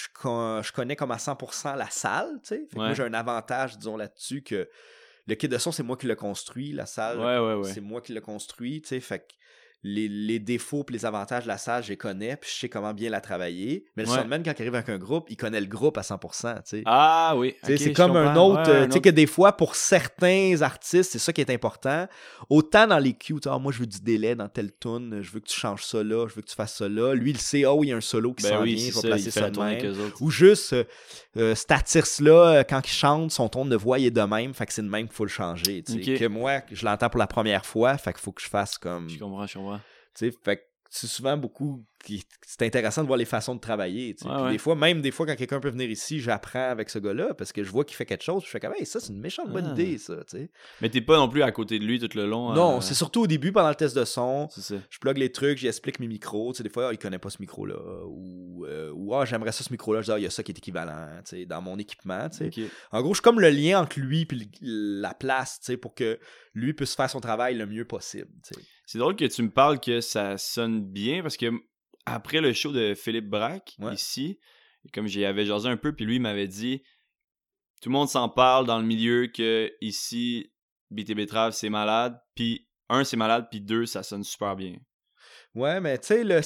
je connais comme à 100% la salle. Moi, j'ai un avantage, disons, là-dessus que le kit de son, c'est moi qui l'ai construit. La salle, c'est moi qui l'ai construit. Fait que les défauts et les avantages de la salle, je les connais, puis je sais comment bien la travailler. Mais le soundman, quand il arrive avec un groupe, il connaît le groupe à 100%. T'sais. Ah oui. Okay, c'est comme un autre. Tu sais que des fois, pour certains artistes, c'est ça qui est important. Autant dans les cues, moi je veux du délai dans telle tune, je veux que tu changes ça là, je veux que tu fasses ça là. Lui, il sait, il y a un solo qui s'en vient, je vais placer ça de même. Ou juste, cet artiste-là, quand il chante, son ton de voix il est de même, fait que c'est de même qu'il faut le changer. Que moi, je l'entends pour la première fois, fait qu'il faut que je fasse comme. Je comprends. Fait que c'est souvent beaucoup c'est intéressant de voir les façons de travailler. Des fois, quand quelqu'un peut venir ici, j'apprends avec ce gars-là parce que je vois qu'il fait quelque chose, puis je fais comme hey, ça, c'est une méchante bonne idée, ça. T'sais. Mais t'es pas non plus à côté de lui tout le long. Non, c'est surtout au début, pendant le test de son. C'est ça. Je plug les trucs, j'explique mes micros. Des fois, il connaît pas ce micro-là. Ou j'aimerais ça, ce micro-là. Je dis, il y a ça qui est équivalent dans mon équipement. Okay. En gros, je suis comme le lien entre lui et la place pour que lui puisse faire son travail le mieux possible. T'sais. C'est drôle que tu me parles que ça sonne bien parce que après le show de Philippe Braque, ici, comme j'y avais jasé un peu, puis lui, il m'avait dit tout le monde s'en parle dans le milieu que ici, BT Betrave, c'est malade, puis c'est malade, puis 2, ça sonne super bien. Ouais, mais tu sais,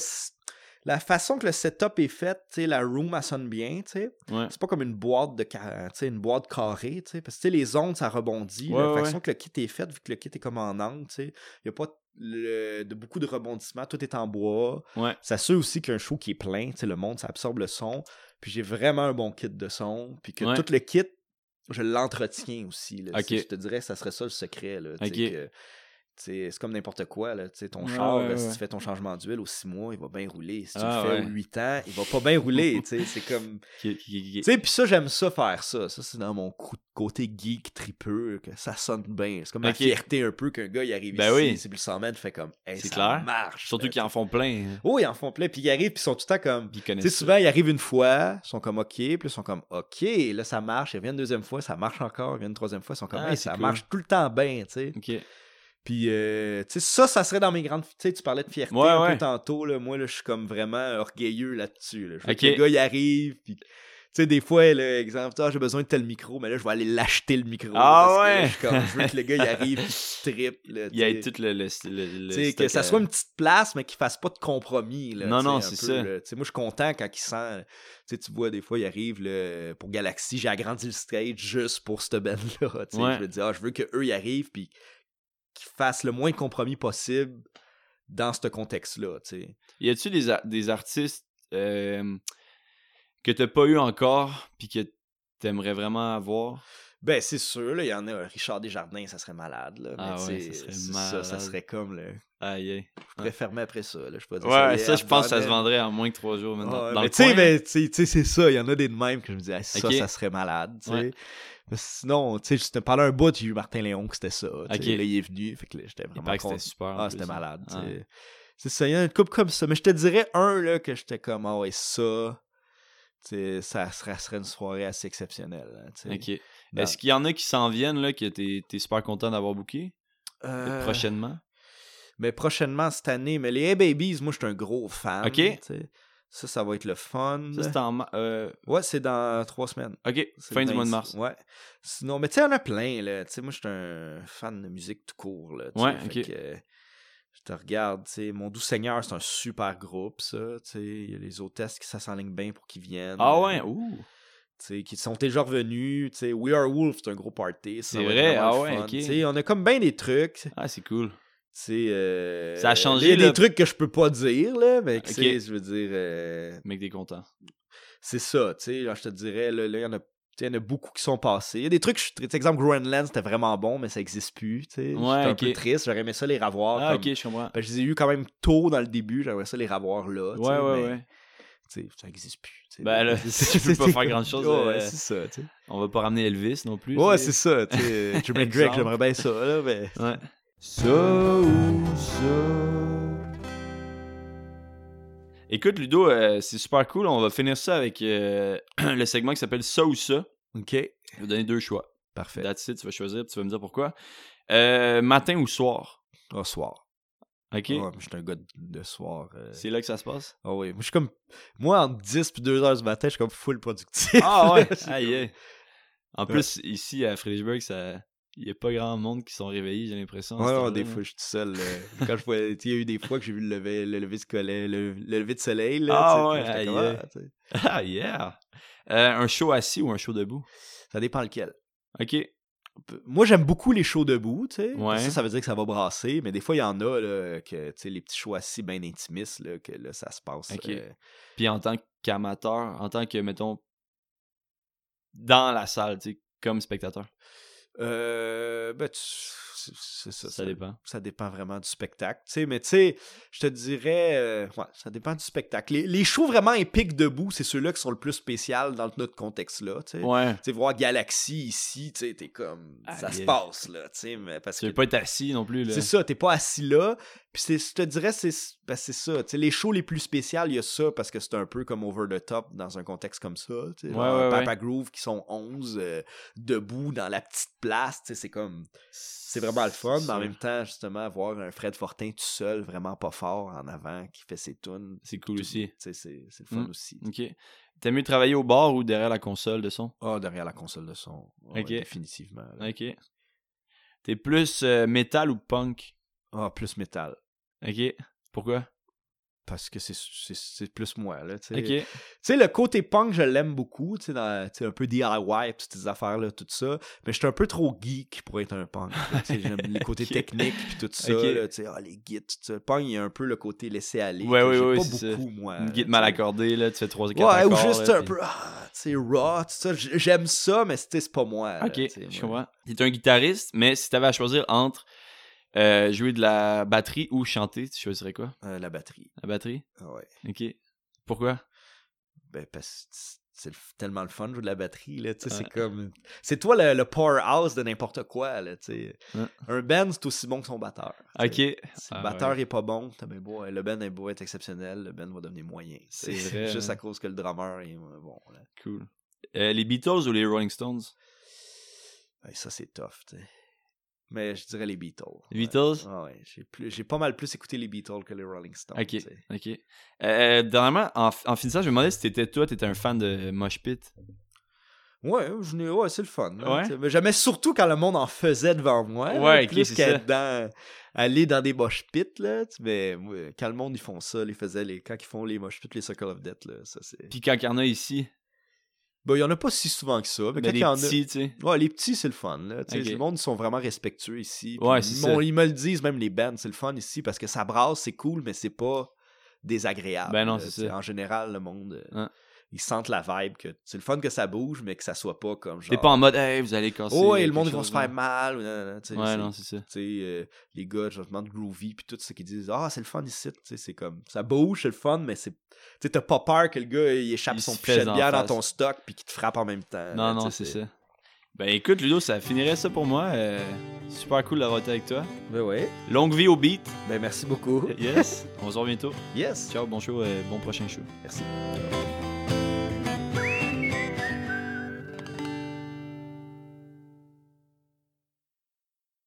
la façon que le setup est fait, la room, elle sonne bien, c'est pas comme une boîte une boîte carrée, parce que les ondes, ça rebondit. La façon que le kit est fait, vu que le kit est comme en angle, il n'y a pas de beaucoup de rebondissements, tout est en bois. Ça s'assure aussi qu'il y a un show qui est plein, le monde, ça absorbe le son. Puis j'ai vraiment un bon kit de son, puis que tout le kit, je l'entretiens aussi. Là, je te dirais que ça serait ça le secret. Là, c'est comme n'importe quoi. Là, ton char, si tu fais ton changement d'huile aux 6 mois, il va bien rouler. Si tu le fais aux 8 ans, il va pas bien rouler. C'est comme. Puis ça, j'aime ça faire ça. Ça, c'est dans mon côté geek tripeux, que ça sonne bien. C'est comme ma fierté un peu qu'un gars il arrive ici, c'est plus 100 mètres, fait comme hey, c'est ça clair. Marche. Surtout qu'ils en font plein. Oui, ils en font plein. Puis ils arrivent, puis ils sont tout le temps comme. Tu sais, souvent, ils arrivent une fois, ils sont comme OK, puis ils sont comme OK, là, ça marche. Ils reviennent une deuxième fois, ça marche encore. Ils reviennent une troisième fois, ils sont comme hey, ça marche tout le temps bien, tu sais. Puis, tu sais, ça serait dans mes grandes. Tu sais, tu parlais de fierté un peu tantôt. Là. Moi, là, je suis comme vraiment orgueilleux là-dessus. Là. Je veux que le gars, il arrive. Puis, tu sais, des fois, là, exemple, j'ai besoin de tel micro, mais là, je vais aller l'acheter le micro. Parce que, là, je veux que le gars, il arrive, qu'il trippe. Là, il y a tout tu sais, que ça soit une petite place, mais qu'il fasse pas de compromis. Là, non, c'est ça. Tu sais, moi, je suis content quand il sent. Tu vois, des fois, il arrive pour Galaxy. J'ai agrandi le stage juste pour cette band-là. Je me dis, je veux qu'eux, ils arrivent, puis qu'ils fassent le moins de compromis possible dans ce contexte-là. T'sais. Y a-tu des artistes que t'as pas eu encore puis que t'aimerais vraiment avoir? Ben, c'est sûr, il y en a. Richard Desjardins, ça serait malade. Là, mais ça serait malade. Ça serait comme le. Aïe. Je pourrais fermer après ça. Là, je peux dire ça, je pense que ça se vendrait en moins que 3 jours maintenant. Mais tu sais, c'est ça. Il y en a des de même que je me dis, ça serait malade. Sinon, tu sais, je te parlais un bout, j'ai eu Martin Léon que c'était ça. Là, il est venu. Fait que là, j'étais vraiment content. C'était super. C'était malade. C'est ça, il y a une couple comme ça. Mais je te dirais un là, que j'étais comme, ça. Ça serait une soirée assez exceptionnelle. Là, Est-ce qu'il y en a qui s'en viennent là, que t'es super content d'avoir booké prochainement? Mais prochainement cette année. Mais les Hey Babies, moi, je suis un gros fan. Ça va être le fun. Ça, c'est ouais, c'est dans 3 semaines. OK, fin du mois de mars. Ouais. Sinon, mais tu sais, il y en a plein, là. Tu sais, moi, je suis un fan de musique tout court, là. OK. Je te regarde, tu sais, Mon Doux Seigneur, c'est un super groupe, ça. Tu sais, il y a les hôtesses qui s'enlignent bien pour qu'ils viennent. Ah ouais, ouh! Tu sais, qui sont déjà revenus. Tu sais, We Are Wolf, c'est un gros party. C'est vrai, OK. Tu sais, on a comme bien des trucs. Ah, c'est cool. Ça a changé. Il y a des trucs que je peux pas dire, là, mais je veux dire. Mec, t'es content. C'est ça, tu sais. Je te dirais, là, il y en a beaucoup qui sont passés. Il y a des trucs, exemple, Groenland, c'était vraiment bon, mais ça n'existe plus, tu sais. Ouais, j'étais un peu triste, j'aurais aimé ça les revoir. Ah, ok, je comprends. Je les ai eu quand même tôt dans le début, j'aimerais ça les revoir là. Ouais. Tu sais, ça n'existe plus. Ben là, tu peux pas faire grand chose. Ouais, c'est ça, tu sais. On va pas ramener Elvis non plus. Ouais, c'est ça, tu sais. Jermaine Drake, j'aimerais bien ça, là, mais. Ouais. Ça ou ça. Écoute, Ludo, c'est super cool. On va finir ça avec le segment qui s'appelle Ça ou ça. OK. Je vais donner 2 choix. Parfait. That's it, tu vas choisir, puis tu vas me dire pourquoi. Matin ou soir? Au soir. OK. Ouais, je suis un gars de soir. C'est là que ça se passe? Ah oui. Moi, je suis comme. Moi, entre 10 et 2 heures du matin, je suis comme full productif. Ah ouais? Aïe. En plus, ici, à Fredericksburg, il n'y a pas grand monde qui sont réveillés, j'ai l'impression. Ouais, des fois, je suis tout seul. Quand je vois, il y a eu des fois que j'ai vu le lever de soleil. Là, ah ouais, ah yeah. Un show assis ou un show debout? Ça dépend lequel. OK. Moi, j'aime beaucoup les shows debout, tu sais. Ouais. Ça veut dire que ça va brasser, mais des fois, il y en a, là, que, tu sais, les petits shows assis bien intimistes, là, que là, ça se passe. OK. Puis en tant qu'amateur, en tant que, mettons, dans la salle, tu sais, comme spectateur? C'est ça. Ça dépend. Ça dépend vraiment du spectacle. Tu sais, mais tu sais, je te dirais, ouais, ça dépend du spectacle. Les shows vraiment épiques debout, c'est ceux-là qui sont le plus spécial dans notre contexte-là. Tu sais, ouais. Tu sais, voir Galaxy ici, tu sais, t'es comme, ça se passe là. Tu sais, mais parce tu veux que pas être assis non plus là. C'est ça, t'es pas assis là. Puis je te dirais, c'est ça. Tu sais, les shows les plus spéciaux, il y a ça parce que c'est un peu comme over the top dans un contexte comme ça. Tu sais, Papa Groove qui sont 11 debout dans la petite place. Tu sais, c'est comme. C'est vraiment le fun, mais en même temps, justement, avoir un Fred Fortin tout seul, vraiment pas fort en avant, qui fait ses tunes. C'est cool aussi. Tu sais, c'est le fun aussi. OK. T'aimes mieux travailler au bar ou derrière la console de son? Ah, derrière la console de son. Ouais, OK. Définitivement. Là. OK. T'es plus métal ou punk? Ah, plus métal. OK. Pourquoi? Parce que c'est plus moi, là, tu sais. OK. Tu sais, le côté punk, je l'aime beaucoup, tu sais, un peu DIY, pis ces affaires-là, tout ça. Mais je suis un peu trop geek pour être un punk. Tu sais, j'aime les côtés techniques, pis tout ça, là, tu sais, les gits, tout ça. Le punk, il y a un peu le côté laisser aller. Ouais, j'ai pas c'est beaucoup, ça. moi. Une git mal accordée, là, tu fais 3 ou 4 ouais, accords. ou juste là, un peu, tu sais, raw, tout ça. J'aime ça, mais c'est pas moi. OK, là, je comprends. T'es un guitariste, mais si t'avais à choisir entre jouer de la batterie ou chanter, tu choisirais quoi? La batterie. La batterie? Ah ouais. OK. Pourquoi? Ben, parce que c'est tellement le fun de jouer de la batterie, là, tu sais, c'est comme... C'est toi le powerhouse de n'importe quoi, là, tu sais. Un band, c'est aussi bon que son batteur. OK. Si le batteur est pas bon, le band est beau être exceptionnel, le band va devenir moyen. C'est vrai. Juste à cause que le drummer est bon, là. Cool. Les Beatles ou les Rolling Stones? Ben, ça, c'est tough, tu sais. Mais je dirais les Beatles. Les Beatles? Ouais, j'ai pas mal plus écouté les Beatles que les Rolling Stones. OK. OK. Dernièrement, en finissant, je me demandais si t'étais un fan de Mosh Pit. Ouais, c'est le fun. Là, ouais. Mais j'aimais surtout quand le monde en faisait devant moi. Ouais, là, plus aller dans des mosh pits, là. Mais quand le monde, ils font ça, quand ils font les mosh pits, les Circle of Death, là, ça c'est... Puis quand il y en a ici... Ben, il y en a pas si souvent que ça. Mais quand les petits, tu sais. Ouais, les petits, c'est le fun, là. Okay. Le monde, ils sont vraiment respectueux ici. Ouais, c'est ça. Ils me le disent, même les bands, c'est le fun ici, parce que ça brasse, c'est cool, mais c'est pas désagréable. Ben non, là, c'est ça. En général, le monde... Ils sentent la vibe que c'est le fun que ça bouge, mais que ça soit pas comme genre. T'es pas en mode, hey, vous allez casser. Oh, et le monde, ils vont se faire mal. Ouais, non, c'est ça. Tu sais, les gars, justement, de Groovy, puis tout ça, qui disent, c'est le fun ici. Tu sais, c'est comme, ça bouge, c'est le fun, mais c'est. Tu sais, t'as pas peur que le gars, il échappe son pichet de bière dans ton stock, puis qu'il te frappe en même temps. Non, c'est ça. Ben écoute, Ludo, ça finirait ça pour moi. Super cool d'avoir été avec toi. Ben ouais. Longue vie au beat. Ben merci beaucoup. Yes. On se revoit bientôt. Yes. Ciao, bon show, bon prochain show. Merci.